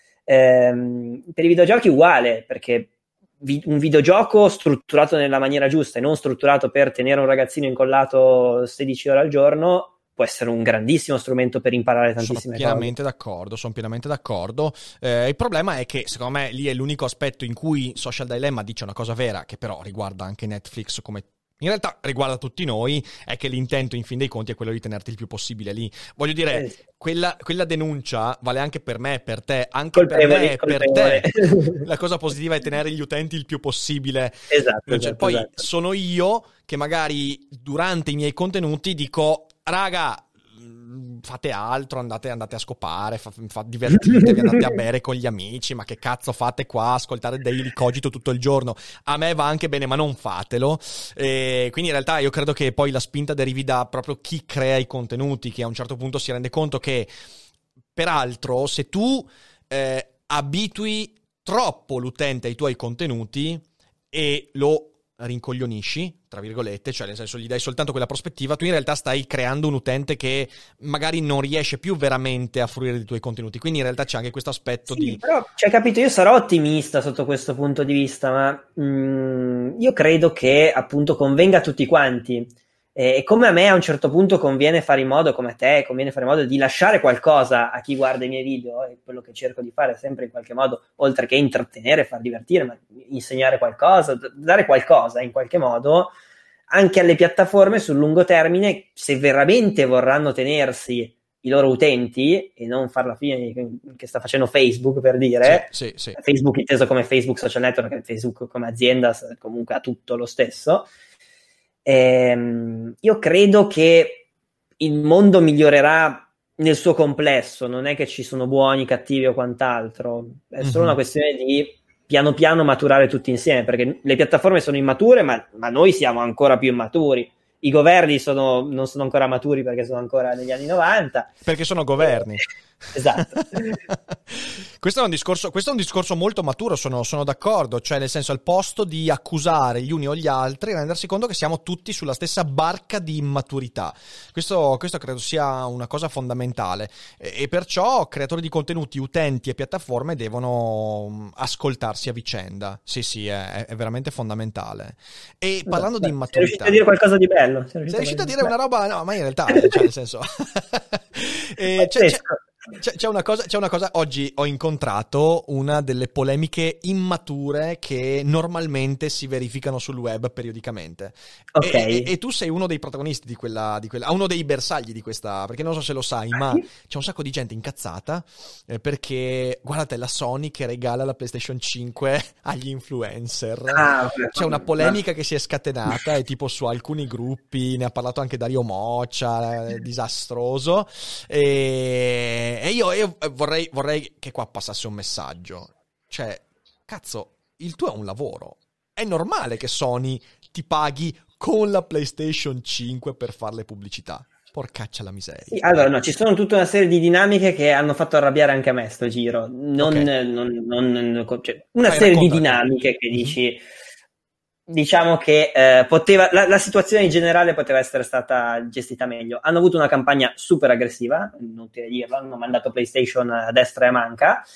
Speaker 5: Ehm, per i videogiochi uguale, perché vi- un videogioco strutturato nella maniera giusta e non strutturato per tenere un ragazzino incollato sedici ore al giorno può essere un grandissimo strumento per imparare tantissime cose.
Speaker 4: Sono pienamente cose. d'accordo, sono pienamente d'accordo. Eh, il problema è che secondo me lì è l'unico aspetto in cui Social Dilemma dice una cosa vera, che però riguarda anche Netflix, come in realtà riguarda tutti noi, è che l'intento in fin dei conti è quello di tenerti il più possibile lì. Voglio dire, eh. quella, quella denuncia vale anche per me, per te, anche colpevole, per me, colpevole. per te. La cosa positiva è tenere gli utenti il più possibile.
Speaker 5: Esatto,
Speaker 4: cioè,
Speaker 5: esatto
Speaker 4: poi
Speaker 5: esatto.
Speaker 4: sono io che magari durante i miei contenuti dico: raga, fate altro, andate, andate a scopare, fa, fa, divertitevi, andate a bere con gli amici, ma che cazzo fate qua, ascoltare Daily Cogito tutto il giorno? A me va anche bene, ma non fatelo. E quindi in realtà io credo che poi la spinta derivi da proprio chi crea i contenuti, che a un certo punto si rende conto che, peraltro, se tu eh, abitui troppo l'utente ai tuoi contenuti e lo rincoglionisci, tra virgolette, cioè nel senso gli dai soltanto quella prospettiva, tu in realtà stai creando un utente che magari non riesce più veramente a fruire dei tuoi contenuti, quindi in realtà c'è anche questo aspetto
Speaker 5: sì,
Speaker 4: di...
Speaker 5: però, cioè capito, io sarò ottimista sotto questo punto di vista, ma mh, io credo che appunto convenga a tutti quanti, e come a me a un certo punto conviene fare in modo, come a te conviene fare in modo di lasciare qualcosa a chi guarda i miei video, e quello che cerco di fare sempre in qualche modo, oltre che intrattenere, far divertire, ma insegnare qualcosa, dare qualcosa in qualche modo anche alle piattaforme sul lungo termine, se veramente vorranno tenersi i loro utenti e non far la fine che sta facendo Facebook, per dire,
Speaker 4: sì, sì, sì.
Speaker 5: Facebook inteso come Facebook Social Network, Facebook come azienda comunque ha tutto lo stesso. Ehm, io credo che il mondo migliorerà nel suo complesso, non è che ci sono buoni, cattivi o quant'altro, è solo mm-hmm. una questione di piano piano maturare tutti insieme, perché le piattaforme sono immature, ma, ma noi siamo ancora più immaturi. i governi sono, non sono ancora maturi perché sono ancora negli anni novanta.
Speaker 4: Perché sono governi.
Speaker 5: Esatto.
Speaker 4: Questo è un discorso, questo è un discorso molto maturo, sono, sono d'accordo, cioè nel senso al posto di accusare gli uni o gli altri, rendersi conto che siamo tutti sulla stessa barca di immaturità. Questo, questo credo sia una cosa fondamentale e, e perciò creatori di contenuti, utenti e piattaforme devono ascoltarsi a vicenda. Sì, sì, è, è veramente fondamentale. E parlando
Speaker 5: Beh,
Speaker 4: di immaturità...
Speaker 5: Sei riuscito a dire qualcosa di bello? Sei riuscito,
Speaker 4: sei riuscito a dire
Speaker 5: beh.
Speaker 4: una roba, no, ma in realtà, cioè nel senso... e c'è, c'è, c'è, c'è, una cosa, c'è una cosa, oggi ho incontrato una delle polemiche immature che normalmente si verificano sul web periodicamente.
Speaker 5: Okay.
Speaker 4: E, e, e tu sei uno dei protagonisti di quella, di quella, uno dei bersagli di questa, perché non so se lo sai, ma c'è un sacco di gente incazzata eh, perché, guardate, la Sony che regala la PlayStation cinque agli influencer.
Speaker 5: Ah,
Speaker 4: c'è una polemica che si è scatenata e tipo su alcuni gruppi, ne ha parlato anche Dario Moccia, eh, disastroso. E, e io, io vorrei, vorrei che qua passasse un messaggio. Cioè, cazzo, il tuo è un lavoro. È normale che Sony ti paghi con la PlayStation cinque per fare le pubblicità. Porcaccia la miseria.
Speaker 5: Sì, allora, no, ci sono tutta una serie di dinamiche che hanno fatto arrabbiare anche a me sto giro. Non,
Speaker 4: Ok.
Speaker 5: non, non, non- cioè, una
Speaker 4: Vai,
Speaker 5: serie di
Speaker 4: racconta.
Speaker 5: dinamiche che
Speaker 4: Mhm.
Speaker 5: dici, diciamo che eh, poteva, la, la situazione in generale poteva essere stata gestita meglio. Hanno avuto una campagna super aggressiva, non ti dirlo, hanno mandato PlayStation a destra e a manca,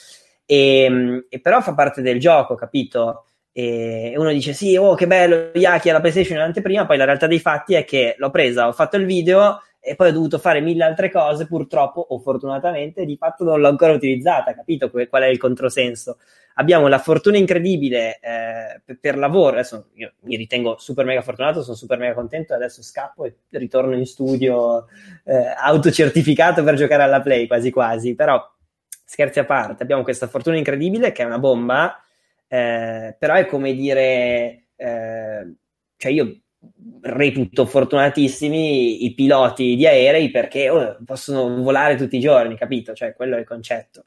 Speaker 5: e, e però fa parte del gioco, capito? E uno dice sì, oh che bello, Yaki alla PlayStation in anteprima, poi la realtà dei fatti è che l'ho presa, ho fatto il video e poi ho dovuto fare mille altre cose, purtroppo o fortunatamente di fatto non l'ho ancora utilizzata, capito qual è il controsenso? Abbiamo la fortuna incredibile eh, per, per lavoro, adesso io mi ritengo super mega fortunato, sono super mega contento, adesso scappo e ritorno in studio eh, autocertificato per giocare alla Play quasi quasi, però scherzi a parte, abbiamo questa fortuna incredibile che è una bomba. Eh, però è come dire, eh, cioè io reputo fortunatissimi i piloti di aerei perché oh, possono volare tutti i giorni, capito? Cioè quello è il concetto.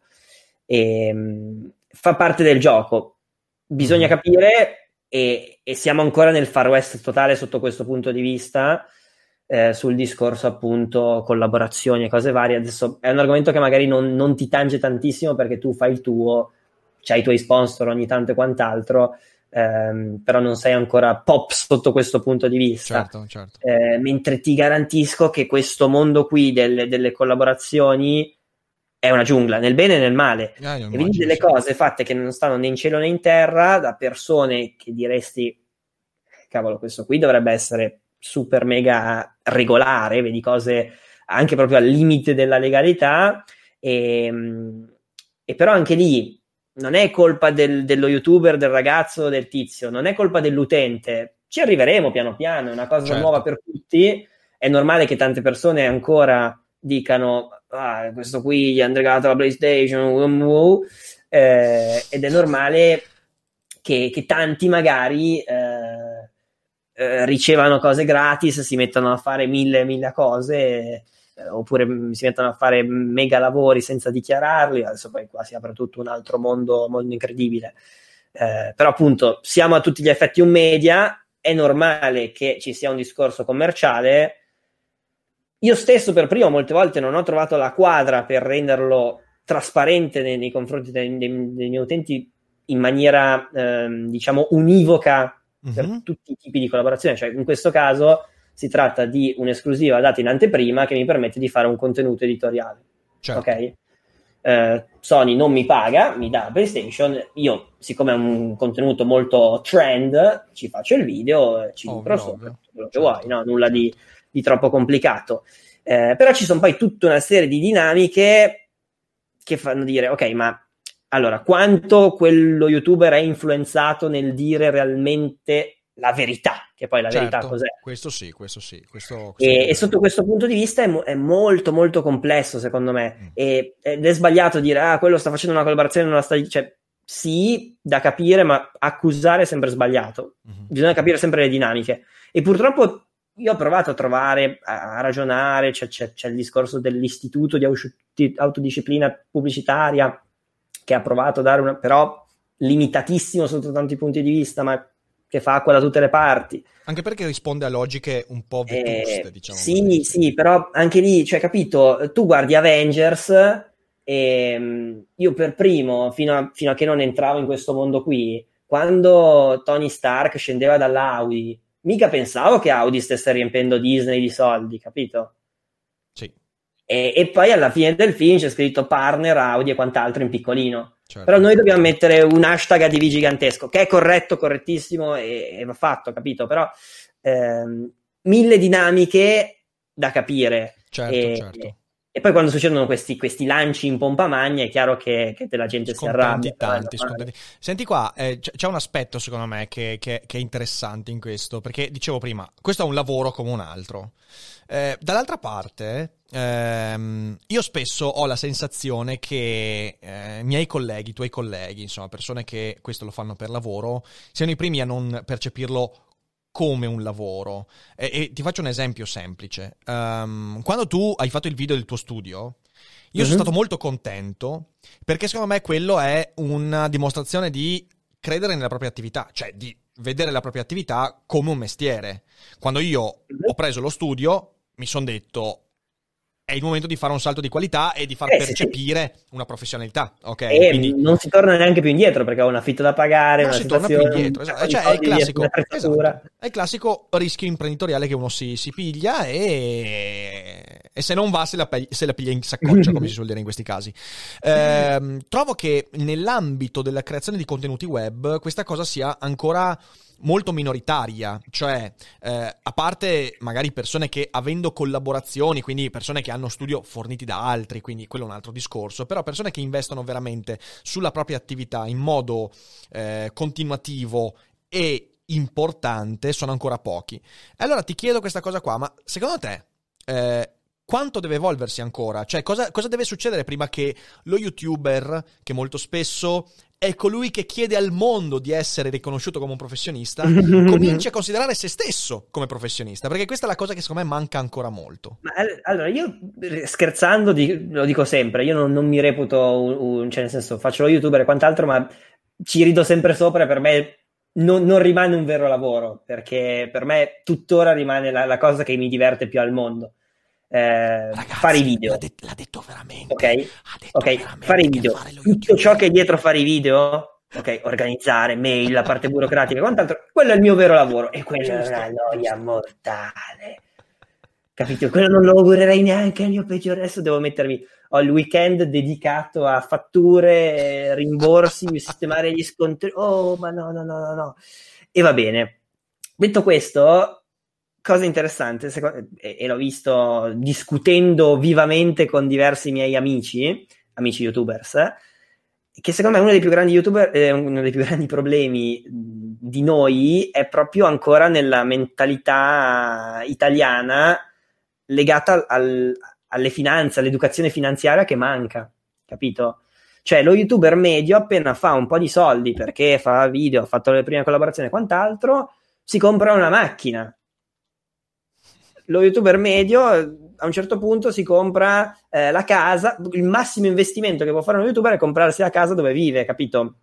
Speaker 5: E, mh, fa parte del gioco, bisogna
Speaker 4: Mhm.
Speaker 5: capire e, e siamo ancora nel Far West totale sotto questo punto di vista. Eh, sul discorso appunto collaborazioni e cose varie. Adesso è un argomento che magari non, non ti tange tantissimo perché tu fai il tuo, c'hai i tuoi sponsor ogni tanto e quant'altro, ehm, però non sei ancora pop sotto questo punto di vista.
Speaker 4: Certo, certo.
Speaker 5: Eh, mentre ti garantisco che questo mondo qui delle, delle collaborazioni è una giungla, nel bene e nel male.
Speaker 4: Ah, io
Speaker 5: E vedi
Speaker 4: immagino,
Speaker 5: delle
Speaker 4: sì.
Speaker 5: cose fatte che non stanno né in cielo né in terra da persone che diresti cavolo, questo qui dovrebbe essere super mega regolare, vedi cose anche proprio al limite della legalità e, e però anche lì non è colpa del, dello youtuber, del ragazzo, del tizio, non è colpa dell'utente, ci arriveremo piano piano, è una cosa
Speaker 4: Certo.
Speaker 5: nuova per tutti, è normale che tante persone ancora dicano ah, questo qui gli hanno regalato la PlayStation um, uh, eh, ed è normale che, che tanti magari eh, eh, ricevano cose gratis, si mettono a fare mille mille cose eh, oppure si mettono a fare mega lavori senza dichiararli. Adesso poi qua si apre tutto un altro mondo, mondo incredibile, eh, però appunto siamo a tutti gli effetti un media, è normale che ci sia un discorso commerciale. Io stesso per primo molte volte non ho trovato la quadra per renderlo trasparente nei, nei confronti dei, dei, dei miei utenti in maniera ehm, diciamo univoca per
Speaker 4: Mhm.
Speaker 5: tutti i tipi di collaborazione. Cioè in questo caso si tratta di un'esclusiva data in anteprima che mi permette di fare un contenuto editoriale.
Speaker 4: Certo.
Speaker 5: Ok? Eh, Sony non mi paga, mi dà PlayStation, io siccome è un contenuto molto trend ci faccio il video, ci
Speaker 4: Ovvio,
Speaker 5: compro sopra
Speaker 4: ovvio.
Speaker 5: tutto quello che
Speaker 4: Certo,
Speaker 5: vuoi, no? Nulla
Speaker 4: certo.
Speaker 5: di, di troppo complicato. Eh, però ci sono poi tutta una serie di dinamiche che fanno dire ok, ma allora quanto quello youtuber è influenzato nel dire realmente la verità, che poi la verità
Speaker 4: Certo,
Speaker 5: cos'è?
Speaker 4: questo sì, questo sì, questo, questo
Speaker 5: E,
Speaker 4: è
Speaker 5: e sotto questo punto di vista è, mo- è molto molto complesso secondo me.
Speaker 4: Mm.
Speaker 5: E, ed è sbagliato dire ah quello sta facendo una collaborazione, non la sta, cioè sì, da capire, ma accusare è sempre sbagliato.
Speaker 4: Mhm.
Speaker 5: Bisogna capire sempre le dinamiche e purtroppo io ho provato a trovare, a, a ragionare, c'è, c'è, c'è il discorso dell'istituto di aus- di autodisciplina pubblicitaria che ha provato a dare una, però limitatissimo sotto tanti punti di vista, ma che fa acqua da tutte le parti.
Speaker 4: Anche perché risponde a logiche un po' vetuste,
Speaker 5: eh,
Speaker 4: diciamo.
Speaker 5: Sì,
Speaker 4: così.
Speaker 5: sì, però anche lì, cioè, capito, tu guardi Avengers e io per primo, fino a, fino a che non entravo in questo mondo qui, quando Tony Stark scendeva dall'Audi, mica pensavo che Audi stesse riempendo Disney di soldi, capito?
Speaker 4: Sì.
Speaker 5: E, e poi alla fine del film c'è scritto partner Audi e quant'altro in piccolino.
Speaker 4: Certo.
Speaker 5: Però noi dobbiamo mettere un hashtag A D V gigantesco, che è corretto, correttissimo e, e va fatto, capito? Però ehm, mille dinamiche da capire.
Speaker 4: Certo,
Speaker 5: e,
Speaker 4: certo.
Speaker 5: E poi quando succedono questi, questi lanci in pompa magna è chiaro che, che la gente si arrabbia.
Speaker 4: Tanti, scontenti. Senti qua, eh, c'è un aspetto secondo me che, che, che è interessante in questo, perché dicevo prima, questo è un lavoro come un altro. Eh, dall'altra parte, ehm, io spesso ho la sensazione che eh, i miei colleghi, i tuoi colleghi, insomma, persone che questo lo fanno per lavoro, siano i primi a non percepirlo come un lavoro. E, e ti faccio un esempio semplice. Um, quando tu hai fatto il video del tuo studio, io uh-huh. sono stato molto contento, perché secondo me quello è una dimostrazione di credere nella propria attività, cioè di vedere la propria attività come un mestiere. Quando io uh-huh. ho preso lo studio, mi sono detto è il momento di fare un salto di qualità e di far
Speaker 5: eh,
Speaker 4: percepire sì. una professionalità, ok?
Speaker 5: E
Speaker 4: quindi
Speaker 5: non si torna neanche più indietro perché ho un affitto da pagare,
Speaker 4: non
Speaker 5: una
Speaker 4: si torna più indietro, esatto. Cioè, è il classico, esatto. È il classico rischio imprenditoriale che uno si, si piglia e, e se non va se la, se la piglia in saccoccia, come si suol dire in questi casi. Eh, trovo che nell'ambito della creazione di contenuti web questa cosa sia ancora molto minoritaria, cioè eh, a parte magari persone che avendo collaborazioni, quindi persone che hanno studio forniti da altri, quindi quello è un altro discorso, però persone che investono veramente sulla propria attività in modo eh, continuativo e importante sono ancora pochi. E allora ti chiedo questa cosa qua, ma secondo te eh, quanto deve evolversi ancora? Cioè cosa, cosa deve succedere prima che lo YouTuber, che molto spesso è colui che chiede al mondo di essere riconosciuto come un professionista, comincia a considerare se stesso come professionista, perché questa è la cosa che secondo me manca ancora molto.
Speaker 5: Ma, allora, io scherzando di, lo dico sempre, io non, non mi reputo un, un, cioè nel senso faccio lo YouTuber e quant'altro, ma ci rido sempre sopra e per me non, non rimane un vero lavoro, perché per me tuttora rimane la, la cosa che mi diverte più al mondo. Eh,
Speaker 4: Ragazzi,
Speaker 5: fare i video,
Speaker 4: l'ha, de- l'ha detto veramente,
Speaker 5: ok,
Speaker 4: ha detto
Speaker 5: okay.
Speaker 4: veramente
Speaker 5: Fare i video,
Speaker 4: fare
Speaker 5: tutto ciò che è dietro fare i video, ok, organizzare mail, la parte burocratica e quant'altro, quello è il mio vero lavoro e quello
Speaker 4: giusto,
Speaker 5: è una noia
Speaker 4: giusto.
Speaker 5: mortale, capito? Quello non lo augurerei neanche al mio peggiore. Adesso devo mettermi, ho il weekend dedicato a fatture, rimborsi, sistemare gli scontri, oh ma no no no no no e va bene. Detto questo, cosa interessante, secondo, e, e l'ho visto discutendo vivamente con diversi miei amici, amici youtubers, eh, che secondo me uno dei più grandi youtuber, eh, uno dei più grandi problemi di noi è proprio ancora nella mentalità italiana legata al, alle finanze, all'educazione finanziaria che manca, capito? Cioè lo youtuber medio appena fa un po' di soldi perché fa video, ha fatto le prime collaborazioni e quant'altro, si compra una macchina. Lo youtuber medio a un certo punto si compra eh, la casa, il massimo investimento che può fare un youtuber è comprarsi la casa dove vive, capito?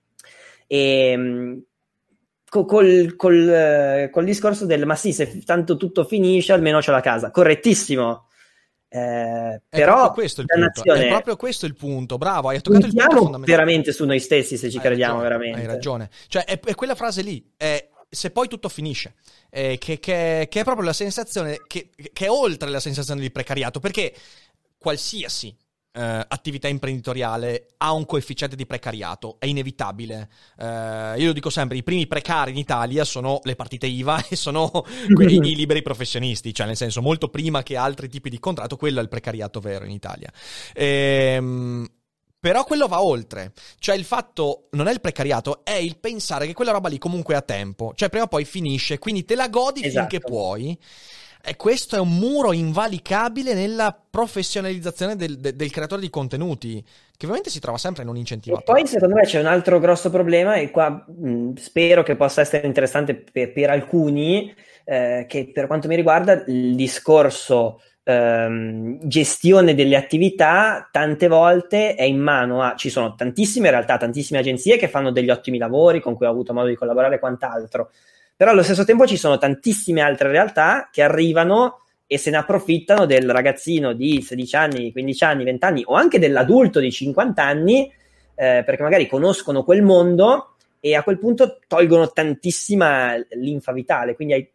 Speaker 5: E col, col, col, col discorso del ma sì, se tanto tutto finisce almeno c'è la casa, correttissimo. Eh,
Speaker 4: è
Speaker 5: però
Speaker 4: proprio questo il punto, è proprio questo il punto, bravo, hai toccato il punto fondamentale.
Speaker 5: Veramente su noi stessi se ci
Speaker 4: hai
Speaker 5: crediamo
Speaker 4: ragione,
Speaker 5: veramente.
Speaker 4: Hai ragione, cioè è, è quella frase lì, è se poi tutto finisce, eh, che, che, che è proprio la sensazione, che, che è oltre la sensazione di precariato, perché qualsiasi eh, attività imprenditoriale ha un coefficiente di precariato, è inevitabile. Eh, io lo dico sempre, i primi precari in Italia sono le partite I V A e sono quelli, i liberi professionisti, cioè nel senso molto prima che altri tipi di contratto, quello è il precariato vero in Italia. Ehm... Però quello va oltre, cioè il fatto non è il precariato, è il pensare che quella roba lì comunque è a tempo, cioè prima o poi finisce, quindi te la godi esatto. finché puoi, e questo è un muro invalicabile nella professionalizzazione del, del, del creatore di contenuti, che ovviamente si trova sempre non incentivato.
Speaker 5: E poi secondo me c'è un altro grosso problema, e qua mh, spero che possa essere interessante per, per alcuni, eh, che per quanto mi riguarda il discorso ehm, gestione delle attività tante volte è in mano a, ci sono tantissime realtà, tantissime agenzie che fanno degli ottimi lavori con cui ho avuto modo di collaborare e quant'altro, però allo stesso tempo ci sono tantissime altre realtà che arrivano e se ne approfittano del ragazzino di sedici anni, quindici anni, venti anni o anche dell'adulto di cinquanta anni, eh, perché magari conoscono quel mondo e a quel punto tolgono tantissima linfa vitale. Quindi hai,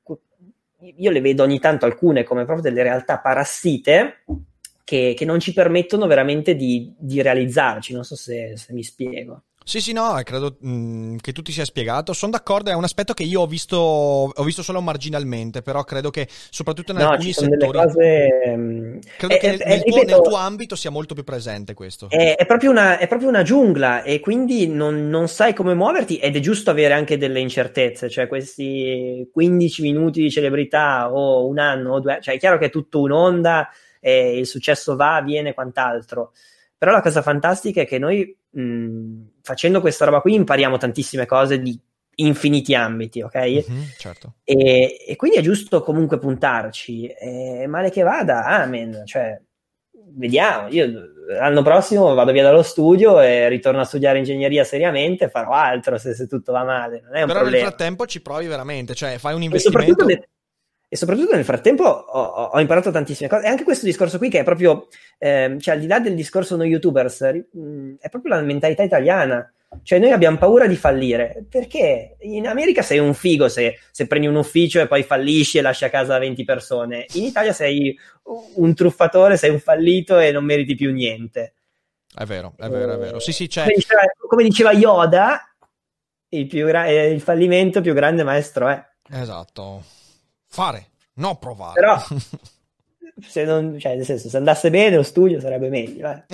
Speaker 5: io le vedo ogni tanto alcune come proprio delle realtà parassite che, che non ci permettono veramente di, di realizzarci. Non so se, se mi spiego.
Speaker 4: Sì, sì, no, credo mh, che tu ti sia spiegato. Sono d'accordo, è un aspetto che io ho visto ho visto solo marginalmente, però credo che soprattutto in
Speaker 5: no,
Speaker 4: alcuni
Speaker 5: ci sono
Speaker 4: settori
Speaker 5: delle cose, mh,
Speaker 4: credo
Speaker 5: è,
Speaker 4: che nel,
Speaker 5: è,
Speaker 4: nel, tuo,
Speaker 5: ripeto,
Speaker 4: nel tuo ambito sia molto più presente questo.
Speaker 5: È, è, proprio, una, è proprio una giungla e quindi non, non sai come muoverti ed è giusto avere anche delle incertezze, cioè questi quindici minuti di celebrità o un anno o due, cioè è chiaro che è tutto un'onda e il successo va, viene, quant'altro. Però la cosa fantastica è che noi mh, facendo questa roba qui impariamo tantissime cose di infiniti ambiti, ok?
Speaker 4: Mm-hmm, certo.
Speaker 5: E, e quindi è giusto comunque puntarci. E male che vada, amen. Cioè, vediamo. Io l'anno prossimo vado via dallo studio e ritorno a studiare ingegneria seriamente e farò altro se, se tutto va male. Non è un
Speaker 4: Però
Speaker 5: problema.
Speaker 4: nel frattempo ci provi veramente, cioè fai un
Speaker 5: E
Speaker 4: investimento.
Speaker 5: soprattutto, e soprattutto nel frattempo ho, ho imparato tantissime cose. E anche questo discorso qui che è proprio, ehm, cioè al di là del discorso noi youtubers, mh, è proprio la mentalità italiana. Cioè noi abbiamo paura di fallire, perché in America sei un figo se, se prendi un ufficio e poi fallisci e lasci a casa venti persone. In Italia sei un truffatore, sei un fallito e non meriti più niente.
Speaker 4: È vero, è vero, è vero. Sì, sì, c'è.
Speaker 5: Come diceva, come diceva Yoda, il, più gra- il fallimento più grande maestro è.
Speaker 4: Esatto. Fare, no provare.
Speaker 5: Però se non, cioè nel senso, se andasse bene lo studio sarebbe meglio, eh.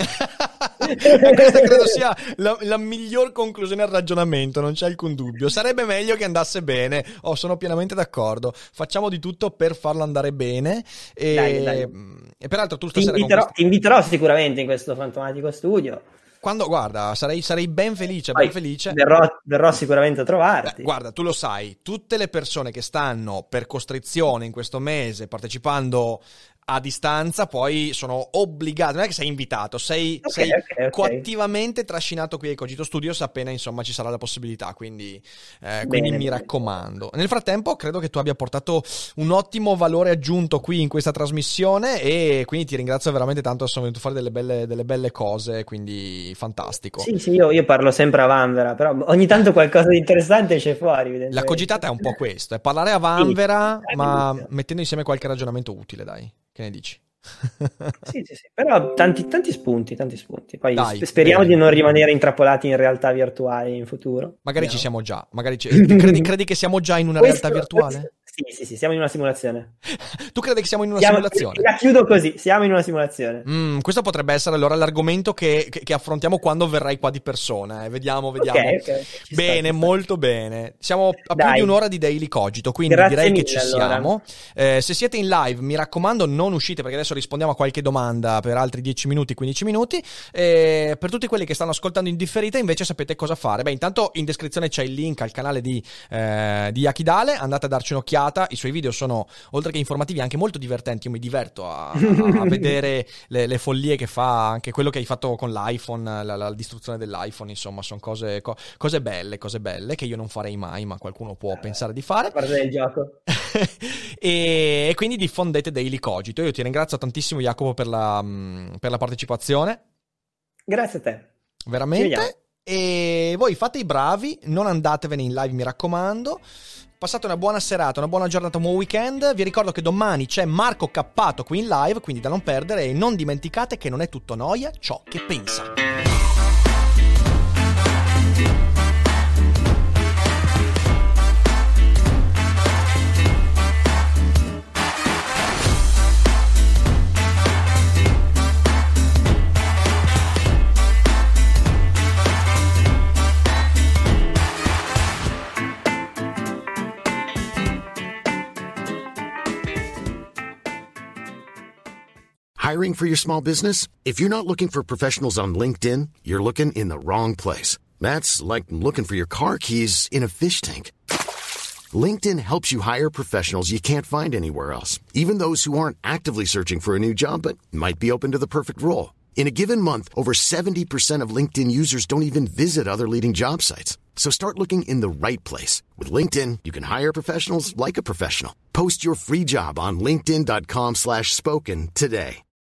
Speaker 4: E questa credo sia la, la miglior conclusione al ragionamento, non c'è alcun dubbio. Sarebbe meglio che andasse bene. Oh, sono pienamente d'accordo. Facciamo di tutto per farlo andare bene. E,
Speaker 5: dai, dai.
Speaker 4: e peraltro tu
Speaker 5: Ti
Speaker 4: stasera
Speaker 5: inviterò,
Speaker 4: con questo...
Speaker 5: ti inviterò sicuramente in questo fantomatico studio.
Speaker 4: Quando, guarda, sarei, sarei ben felice,
Speaker 5: Poi
Speaker 4: ben felice.
Speaker 5: Verrò, verrò sicuramente a trovarti.
Speaker 4: Beh, guarda, tu lo sai, tutte le persone che stanno per costrizione in questo mese partecipando a distanza poi sono obbligate, non è che sei invitato, sei,
Speaker 5: Okay,
Speaker 4: sei
Speaker 5: okay, okay.
Speaker 4: coattivamente trascinato qui ai Cogito Studios appena insomma ci sarà la possibilità, quindi, eh, quindi
Speaker 5: Bene,
Speaker 4: mi
Speaker 5: bene.
Speaker 4: raccomando. Nel frattempo credo che tu abbia portato un ottimo valore aggiunto qui in questa trasmissione e quindi ti ringrazio veramente tanto, sono venuto fuori delle belle, delle belle cose, quindi fantastico.
Speaker 5: Sì, sì, io, io parlo sempre a vanvera, però ogni tanto qualcosa di interessante esce fuori,
Speaker 4: La
Speaker 5: evidentemente.
Speaker 4: cogitata è un po' questo, è parlare a vanvera,
Speaker 5: Sì,
Speaker 4: ma
Speaker 5: bellissimo.
Speaker 4: mettendo insieme qualche ragionamento utile, dai. Che ne dici?
Speaker 5: Sì, sì, sì, però tanti, tanti spunti, tanti spunti. Poi
Speaker 4: Dai,
Speaker 5: sp- speriamo
Speaker 4: bene.
Speaker 5: di non rimanere intrappolati in realtà virtuali in futuro.
Speaker 4: Magari ci
Speaker 5: Vediamo.
Speaker 4: siamo già, magari ci... credi, credi che siamo già in una
Speaker 5: Questo-
Speaker 4: realtà virtuale?
Speaker 5: questo- Sì, sì, sì, siamo in una simulazione.
Speaker 4: Tu credi che siamo in una
Speaker 5: Siamo-
Speaker 4: simulazione?
Speaker 5: La chiudo così, siamo in una simulazione.
Speaker 4: Mm, questo potrebbe essere allora l'argomento che, che, che affrontiamo quando verrai qua di persona. Eh. Vediamo, vediamo.
Speaker 5: Ok, ok, ok, ci
Speaker 4: Bene,
Speaker 5: sta, ci sta.
Speaker 4: molto bene. Siamo a più
Speaker 5: Dai.
Speaker 4: di un'ora di Daily Cogito, quindi
Speaker 5: Grazie
Speaker 4: direi
Speaker 5: mille,
Speaker 4: che ci
Speaker 5: allora.
Speaker 4: siamo. Eh, se siete in live, mi raccomando, non uscite perché adesso rispondiamo a qualche domanda per altri dieci minuti, quindici minuti. Eh, per tutti quelli che stanno ascoltando in differita, invece, sapete cosa fare. Beh, intanto in descrizione c'è il link al canale di, eh, di Yakidale. Andate a darci un'occhiata. I suoi video sono, oltre che informativi, anche molto divertenti. Io mi diverto a, a, a vedere le, le follie che fa, anche quello che hai fatto con l'iPhone, la, la distruzione dell'iPhone. Insomma, sono cose, co- cose belle, cose belle che io non farei mai, ma qualcuno può pensare di fare.
Speaker 5: A parte del gioco.
Speaker 4: e, e quindi diffondete Daily Cogito. Io ti ringrazio tantissimo, Jacopo, per la, mh, per la partecipazione.
Speaker 5: Grazie a te. Ci vediamo.
Speaker 4: Veramente. E voi fate i bravi, non andatevene in live, mi raccomando. Passate una buona serata, una buona giornata, un buon weekend. Vi ricordo che domani c'è Marco Cappato qui in live, quindi da non perdere. E non dimenticate che non è tutto noia ciò che pensa.
Speaker 6: Hiring for your small business? If you're not looking for professionals on LinkedIn, you're looking in the wrong place. That's like looking for your car keys in a fish tank. LinkedIn helps you hire professionals you can't find anywhere else, even those who aren't actively searching for a new job but might be open to the perfect role. In a given month, over seventy percent of LinkedIn users don't even visit other leading job sites. So start looking in the right place. With LinkedIn, you can hire professionals like a professional. Post your free job on linkedin.com slash spoken today.